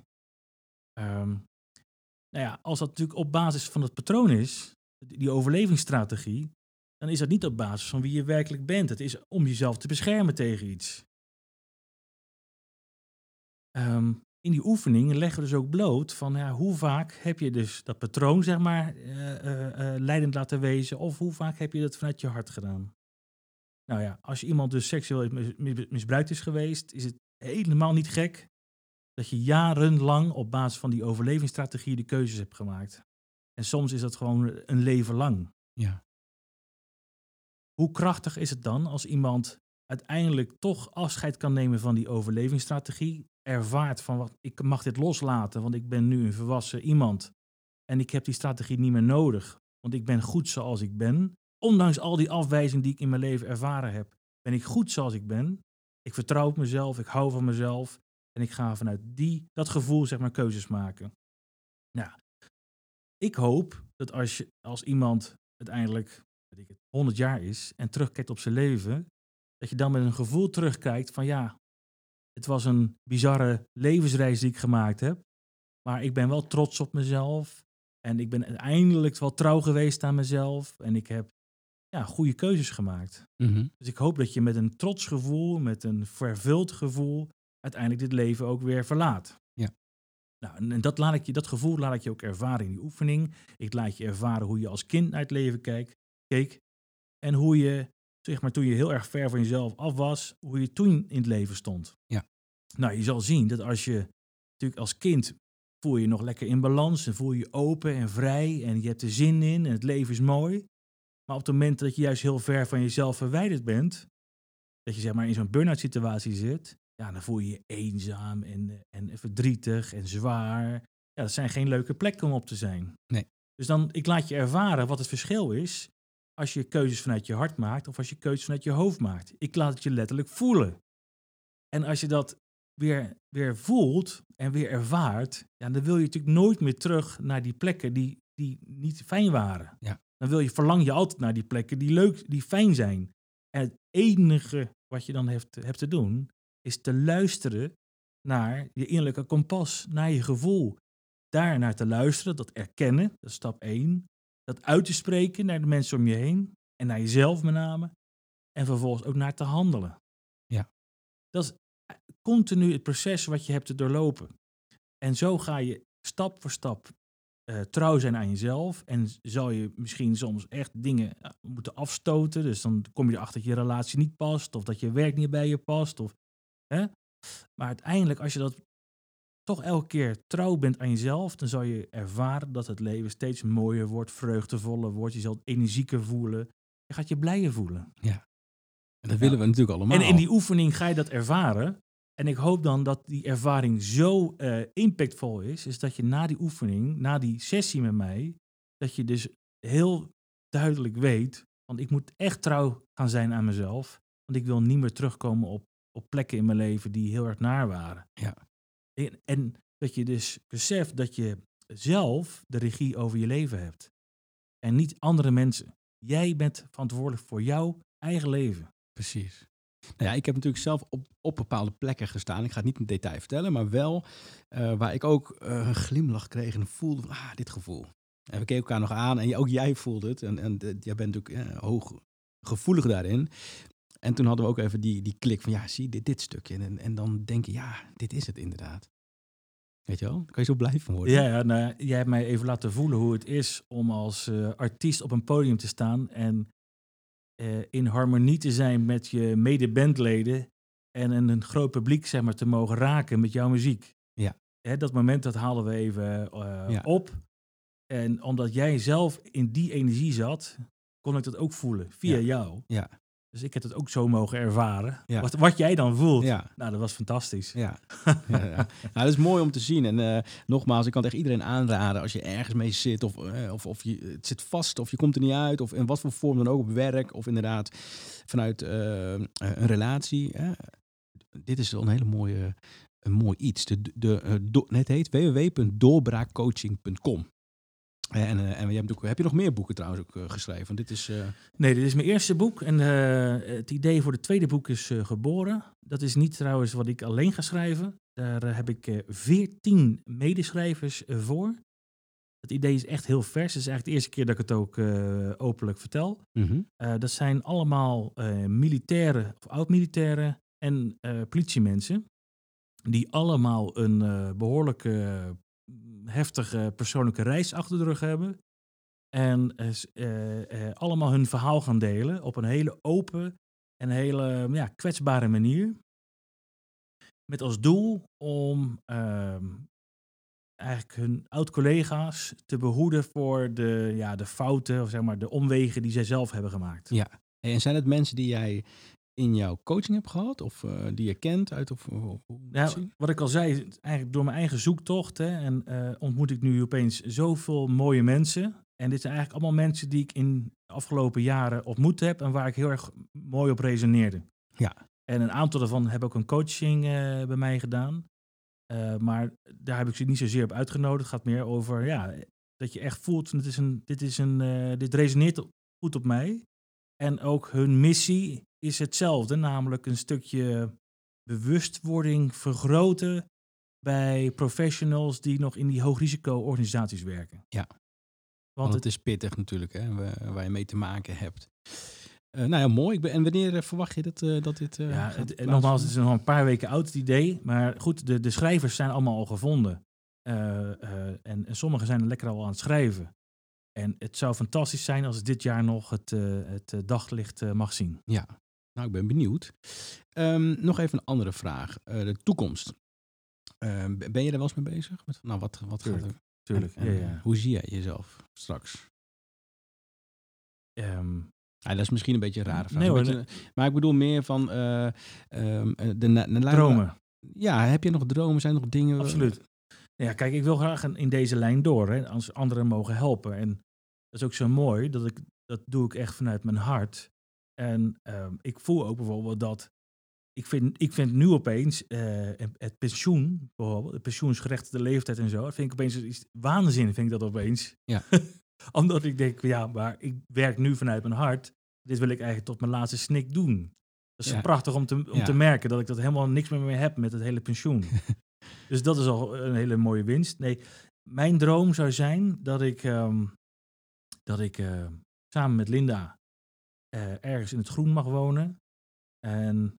Nou ja, als dat natuurlijk op basis van het patroon is, die overlevingsstrategie, dan is dat niet op basis van wie je werkelijk bent. Het is om jezelf te beschermen tegen iets. In die oefening leggen we dus ook bloot van hoe vaak heb je dus dat patroon, zeg maar, leidend laten wezen, of hoe vaak heb je dat vanuit je hart gedaan. Nou ja, als je iemand dus seksueel misbruikt is geweest, is het helemaal niet gek dat je jarenlang op basis van die overlevingsstrategie de keuzes hebt gemaakt. En soms is dat gewoon een leven lang. Ja. Hoe krachtig is het dan als iemand uiteindelijk toch afscheid kan nemen van die overlevingsstrategie, ervaart van ik mag dit loslaten, want ik ben nu een volwassen iemand en ik heb die strategie niet meer nodig, want ik ben goed zoals ik ben. Ondanks al die afwijzing die ik in mijn leven ervaren heb, ben ik goed zoals ik ben. Ik vertrouw op mezelf, ik hou van mezelf en ik ga vanuit dat gevoel, zeg maar, keuzes maken. Nou, ik hoop dat als iemand uiteindelijk 100 jaar is en terugkijkt op zijn leven, dat je dan met een gevoel terugkijkt van het was een bizarre levensreis die ik gemaakt heb, maar ik ben wel trots op mezelf en ik ben uiteindelijk wel trouw geweest aan mezelf en ik heb goede keuzes gemaakt. Mhm. Dus ik hoop dat je met een trots gevoel, met een vervuld gevoel, uiteindelijk dit leven ook weer verlaat. Ja. Nou, en dat gevoel laat ik je ook ervaren in die oefening. Ik laat je ervaren hoe je als kind naar het leven keek. En hoe je, zeg maar, toen je heel erg ver van jezelf af was, hoe je toen in het leven stond. Ja. Nou, je zal zien dat als je natuurlijk als kind voel je nog lekker in balans en voel je open en vrij en je hebt er zin in en het leven is mooi. Maar op het moment dat je juist heel ver van jezelf verwijderd bent, dat je zeg maar in zo'n burn-out situatie zit, dan voel je je eenzaam en verdrietig en zwaar. Ja, dat zijn geen leuke plekken om op te zijn. Nee. Dus ik laat je ervaren wat het verschil is als je keuzes vanuit je hart maakt of als je keuzes vanuit je hoofd maakt. Ik laat het je letterlijk voelen. En als je dat weer voelt en weer ervaart, dan wil je natuurlijk nooit meer terug naar die plekken die niet fijn waren. Ja. Dan verlang je altijd naar die plekken die fijn zijn. En het enige wat je dan hebt te doen, is te luisteren naar je innerlijke kompas, naar je gevoel. Daarnaar te luisteren, dat erkennen, dat is stap 1. Dat uit te spreken naar de mensen om je heen en naar jezelf met name. En vervolgens ook naar te handelen. Ja. Dat is continu het proces wat je hebt te doorlopen. En zo ga je stap voor stap trouw zijn aan jezelf. En zal je misschien soms echt dingen moeten afstoten. Dus dan kom je erachter dat je relatie niet past. Of dat je werk niet bij je past. Maar uiteindelijk, als je dat toch elke keer trouw bent aan jezelf, dan zal je ervaren dat het leven steeds mooier wordt, vreugdevoller wordt. Je zult energieker voelen. Je gaat je blijer voelen. Ja. En dat willen we natuurlijk allemaal. En in die oefening ga je dat ervaren. En ik hoop dan dat die ervaring zo impactvol is dat je na die oefening, na die sessie met mij, dat je dus heel duidelijk weet, want ik moet echt trouw gaan zijn aan mezelf. Want ik wil niet meer terugkomen op plekken in mijn leven die heel erg naar waren. Ja. En dat je dus beseft dat je zelf de regie over je leven hebt. En niet andere mensen. Jij bent verantwoordelijk voor jouw eigen leven. Precies. Nou ja, ik heb natuurlijk zelf op bepaalde plekken gestaan. Ik ga het niet in detail vertellen, maar wel waar ik ook een glimlach kreeg en voelde van, dit gevoel. En we keken elkaar nog aan en ook jij voelde het. En jij bent natuurlijk hooggevoelig daarin. En toen hadden we ook even die klik van, zie dit stukje. En dan denk je, dit is het inderdaad. Weet je wel? Daar kan je zo blij van worden. Ja, nou, jij hebt mij even laten voelen hoe het is om als artiest op een podium te staan en in harmonie te zijn met je medebandleden en een groot publiek, zeg maar, te mogen raken met jouw muziek. Ja. Dat moment, dat haalden we even op. En omdat jij zelf in die energie zat, kon ik dat ook voelen, via jou. Ja. Dus ik heb het ook zo mogen ervaren. Ja. Wat jij dan voelt. Ja. Nou, dat was fantastisch. Ja. Nou, dat is mooi om te zien. En nogmaals, ik kan het echt iedereen aanraden als je ergens mee zit of het zit vast of je komt er niet uit of in wat voor vorm dan ook op werk of inderdaad vanuit een relatie. Dit is wel een hele mooi iets. Het heet www.doorbraakcoaching.com. En heb je nog meer boeken trouwens ook geschreven? Want dit is... Nee, dit is mijn eerste boek. En het idee voor het tweede boek is geboren. Dat is niet trouwens wat ik alleen ga schrijven. Daar heb ik 14 medeschrijvers voor. Het idee is echt heel vers. Het is eigenlijk de eerste keer dat ik het ook openlijk vertel. Mm-hmm. Dat zijn allemaal militairen of oud-militairen en politiemensen. Die allemaal een behoorlijke heftige persoonlijke reis achter de rug hebben. En allemaal hun verhaal gaan delen op een hele open en hele kwetsbare manier. Met als doel om eigenlijk hun oud-collega's te behoeden voor de fouten of zeg maar de omwegen die zij zelf hebben gemaakt. Ja, en zijn het mensen die jij in jouw coaching hebt gehad of die je kent uit wat ik al zei, eigenlijk door mijn eigen zoektocht ontmoet ik nu opeens zoveel mooie mensen. En dit zijn eigenlijk allemaal mensen die ik in de afgelopen jaren ontmoet heb en waar ik heel erg mooi op resoneerde. Ja. En een aantal daarvan heb ook een coaching bij mij gedaan. Maar daar heb ik ze niet zozeer op uitgenodigd. Het gaat meer over dat je echt voelt, dit resoneert goed op mij. En ook hun missie is hetzelfde, namelijk een stukje bewustwording vergroten bij professionals die nog in die hoogrisico-organisaties werken. Ja, want het is pittig natuurlijk, hè, waar je mee te maken hebt. Mooi. En wanneer verwacht je dat dit nogmaals, het is nog een paar weken oud, het idee. Maar goed, de schrijvers zijn allemaal al gevonden. En sommigen zijn er lekker al aan het schrijven. En het zou fantastisch zijn als dit jaar nog het daglicht mag zien. Ja, nou, ik ben benieuwd. Nog even een andere vraag. De toekomst. Ben je er wel eens mee bezig? Wat gaat er? Tuurlijk. Ja. Hoe zie jij jezelf straks? Dat is misschien een beetje een rare vraag. Nee, maar ik bedoel meer van... dromen. Ja, heb je nog dromen? Zijn er nog dingen... Absoluut. Ja, kijk, ik wil graag in deze lijn door. Hè, als anderen mogen helpen. En dat is ook zo mooi. Dat doe ik echt vanuit mijn hart. En ik voel ook bijvoorbeeld dat... Ik vind nu opeens het pensioen, bijvoorbeeld, de pensioensgerechtigde leeftijd en zo, dat vind ik opeens iets waanzin, vind ik dat opeens. Ja. Omdat ik denk, maar ik werk nu vanuit mijn hart. Dit wil ik eigenlijk tot mijn laatste snik doen. Dat is prachtig om te merken dat ik dat helemaal niks meer mee heb met het hele pensioen. Dus dat is al een hele mooie winst. Nee, mijn droom zou zijn dat ik samen met Linda ergens in het groen mag wonen. En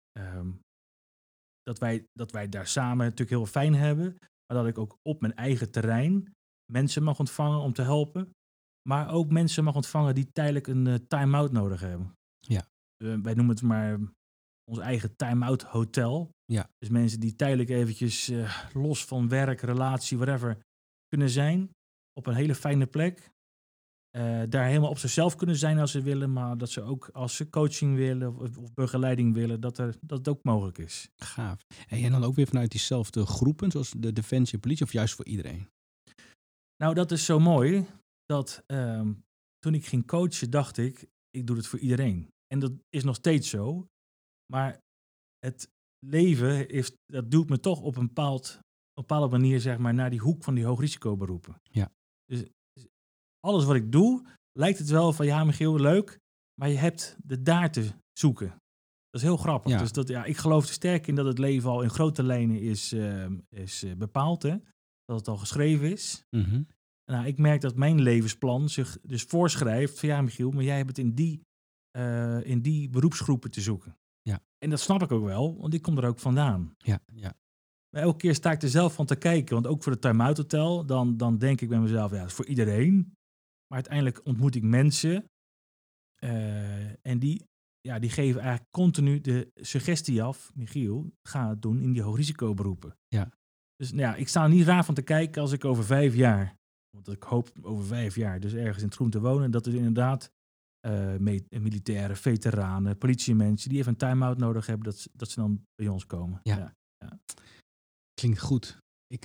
dat wij daar samen natuurlijk heel fijn hebben. Maar dat ik ook op mijn eigen terrein mensen mag ontvangen om te helpen. Maar ook mensen mag ontvangen die tijdelijk een time-out nodig hebben. Ja. Wij noemen het maar ons eigen time-out hotel. Ja. Dus mensen die tijdelijk eventjes los van werk, relatie, whatever, kunnen zijn. Op een hele fijne plek. Daar helemaal op zichzelf kunnen zijn als ze willen. Maar dat ze ook als ze coaching willen of begeleiding willen, dat het ook mogelijk is. Gaaf. En dan ook weer vanuit diezelfde groepen, zoals de Defensie en politie, of juist voor iedereen? Nou, dat is zo mooi. Dat toen ik ging coachen, dacht ik doe het voor iedereen. En dat is nog steeds zo. Maar het leven dat doet me toch op een bepaalde manier, zeg maar, naar die hoek van die hoogrisicoberoepen. Ja. Dus alles wat ik doe, lijkt het wel van, ja, Michiel, leuk, maar je hebt de daar te zoeken. Dat is heel grappig. Ja. Dus ik geloof er sterk in dat het leven al in grote lijnen is bepaald, hè? Dat het al geschreven is. Mm-hmm. Nou, ik merk dat mijn levensplan zich dus voorschrijft van, ja, Michiel, maar jij hebt het in die beroepsgroepen te zoeken. Ja. En dat snap ik ook wel, want ik kom er ook vandaan. Ja. Maar elke keer sta ik er zelf van te kijken, want ook voor de Time-Out Hotel, dan denk ik bij mezelf, ja, dat is voor iedereen. Maar uiteindelijk ontmoet ik mensen en die geven eigenlijk continu de suggestie af, Michiel, ga het doen in die hoogrisicoberoepen. Ja. Dus ik sta er niet raar van te kijken als ik over 5 jaar, want ik hoop over 5 jaar dus ergens in het groen te wonen, dat is inderdaad militairen, veteranen, politiemensen die even een time-out nodig hebben, dat ze dan bij ons komen. Ja. Klinkt goed. Ik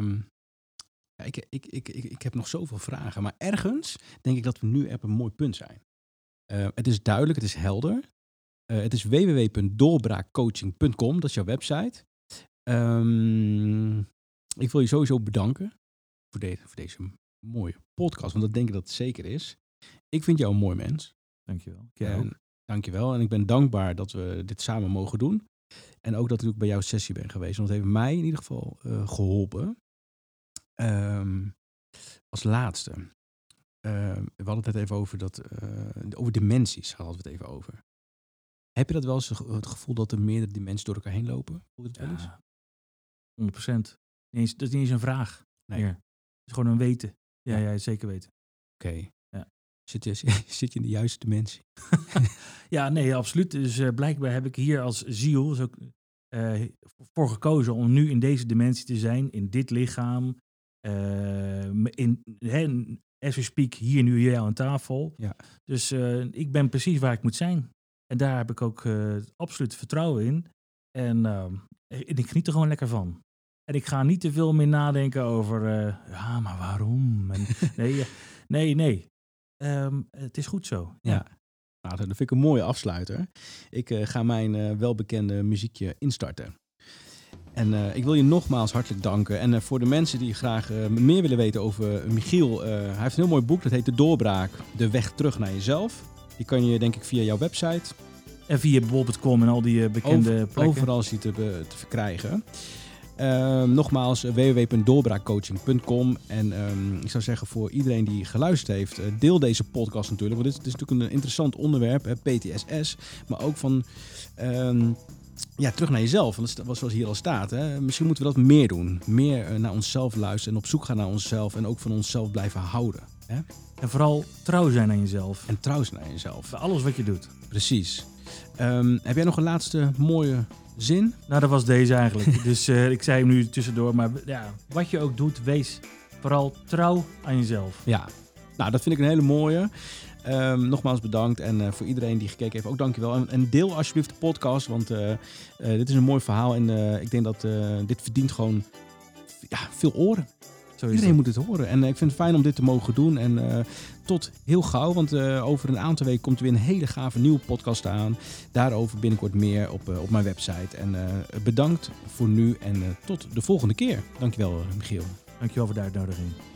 heb nog zoveel vragen, maar ergens denk ik dat we nu op een mooi punt zijn. Het is duidelijk, het is helder. Het is www.doorbraakcoaching.com, dat is jouw website. Ik wil je sowieso bedanken voor deze mooie podcast, want dat denk ik dat het zeker is. Ik vind jou een mooi mens. Dankjewel. Dankjewel. En ik ben dankbaar dat we dit samen mogen doen. En ook dat ik ook bij jouw sessie ben geweest. Want het heeft mij in ieder geval geholpen. Als laatste. We hadden het net even over dimensies. Hadden we het even over. Heb je dat wel eens het gevoel dat er meerdere dimensies door elkaar heen lopen? Voel je het wel eens? 100%. Dat is niet eens een vraag. Nee. Het is gewoon een weten. Ja, zeker weten. Oké. Ja. Zit je in de juiste dimensie? Ja, nee, absoluut. Dus blijkbaar heb ik hier als ziel dus ook voor gekozen om nu in deze dimensie te zijn, in dit lichaam. As we speak, hier nu hier aan tafel. Ja. Dus ik ben precies waar ik moet zijn. En daar heb ik ook absoluut vertrouwen in. En ik geniet er gewoon lekker van. En ik ga niet te veel meer nadenken over, maar waarom? En, nee. Het is goed zo. Ja. Nou, dat vind ik een mooie afsluiter. Ik ga mijn welbekende muziekje instarten. En ik wil je nogmaals hartelijk danken. En voor de mensen die graag meer willen weten over Michiel. Hij heeft een heel mooi boek. Dat heet De Doorbraak. De weg terug naar jezelf. Die kan je denk ik via jouw website. En via bol.com en al die bekende plekken. Overal is die te verkrijgen. Nogmaals, www.doorbraakcoaching.com. En ik zou zeggen voor iedereen die geluisterd heeft, deel deze podcast natuurlijk. Want dit is natuurlijk een interessant onderwerp, PTSS. Maar ook van terug naar jezelf. Want dat was zoals hier al staat. Hè. Misschien moeten we dat meer doen. Meer naar onszelf luisteren en op zoek gaan naar onszelf. En ook van onszelf blijven houden. Hè? En vooral trouw zijn aan jezelf. En trouw zijn aan jezelf. Bij alles wat je doet. Precies. Heb jij nog een laatste mooie zin? Nou, dat was deze eigenlijk. Dus ik zei hem nu tussendoor. Maar ja, wat je ook doet, wees vooral trouw aan jezelf. Ja, nou dat vind ik een hele mooie. Nogmaals bedankt. En voor iedereen die gekeken heeft, ook dankjewel. En deel alsjeblieft de podcast, want dit is een mooi verhaal. En ik denk dat dit verdient gewoon veel oren. Iedereen moet het horen. En ik vind het fijn om dit te mogen doen. En tot heel gauw, want over een aantal weken komt er weer een hele gave nieuwe podcast aan. Daarover binnenkort meer op mijn website. En bedankt voor nu en tot de volgende keer. Dankjewel, Michiel. Dankjewel voor de uitnodiging.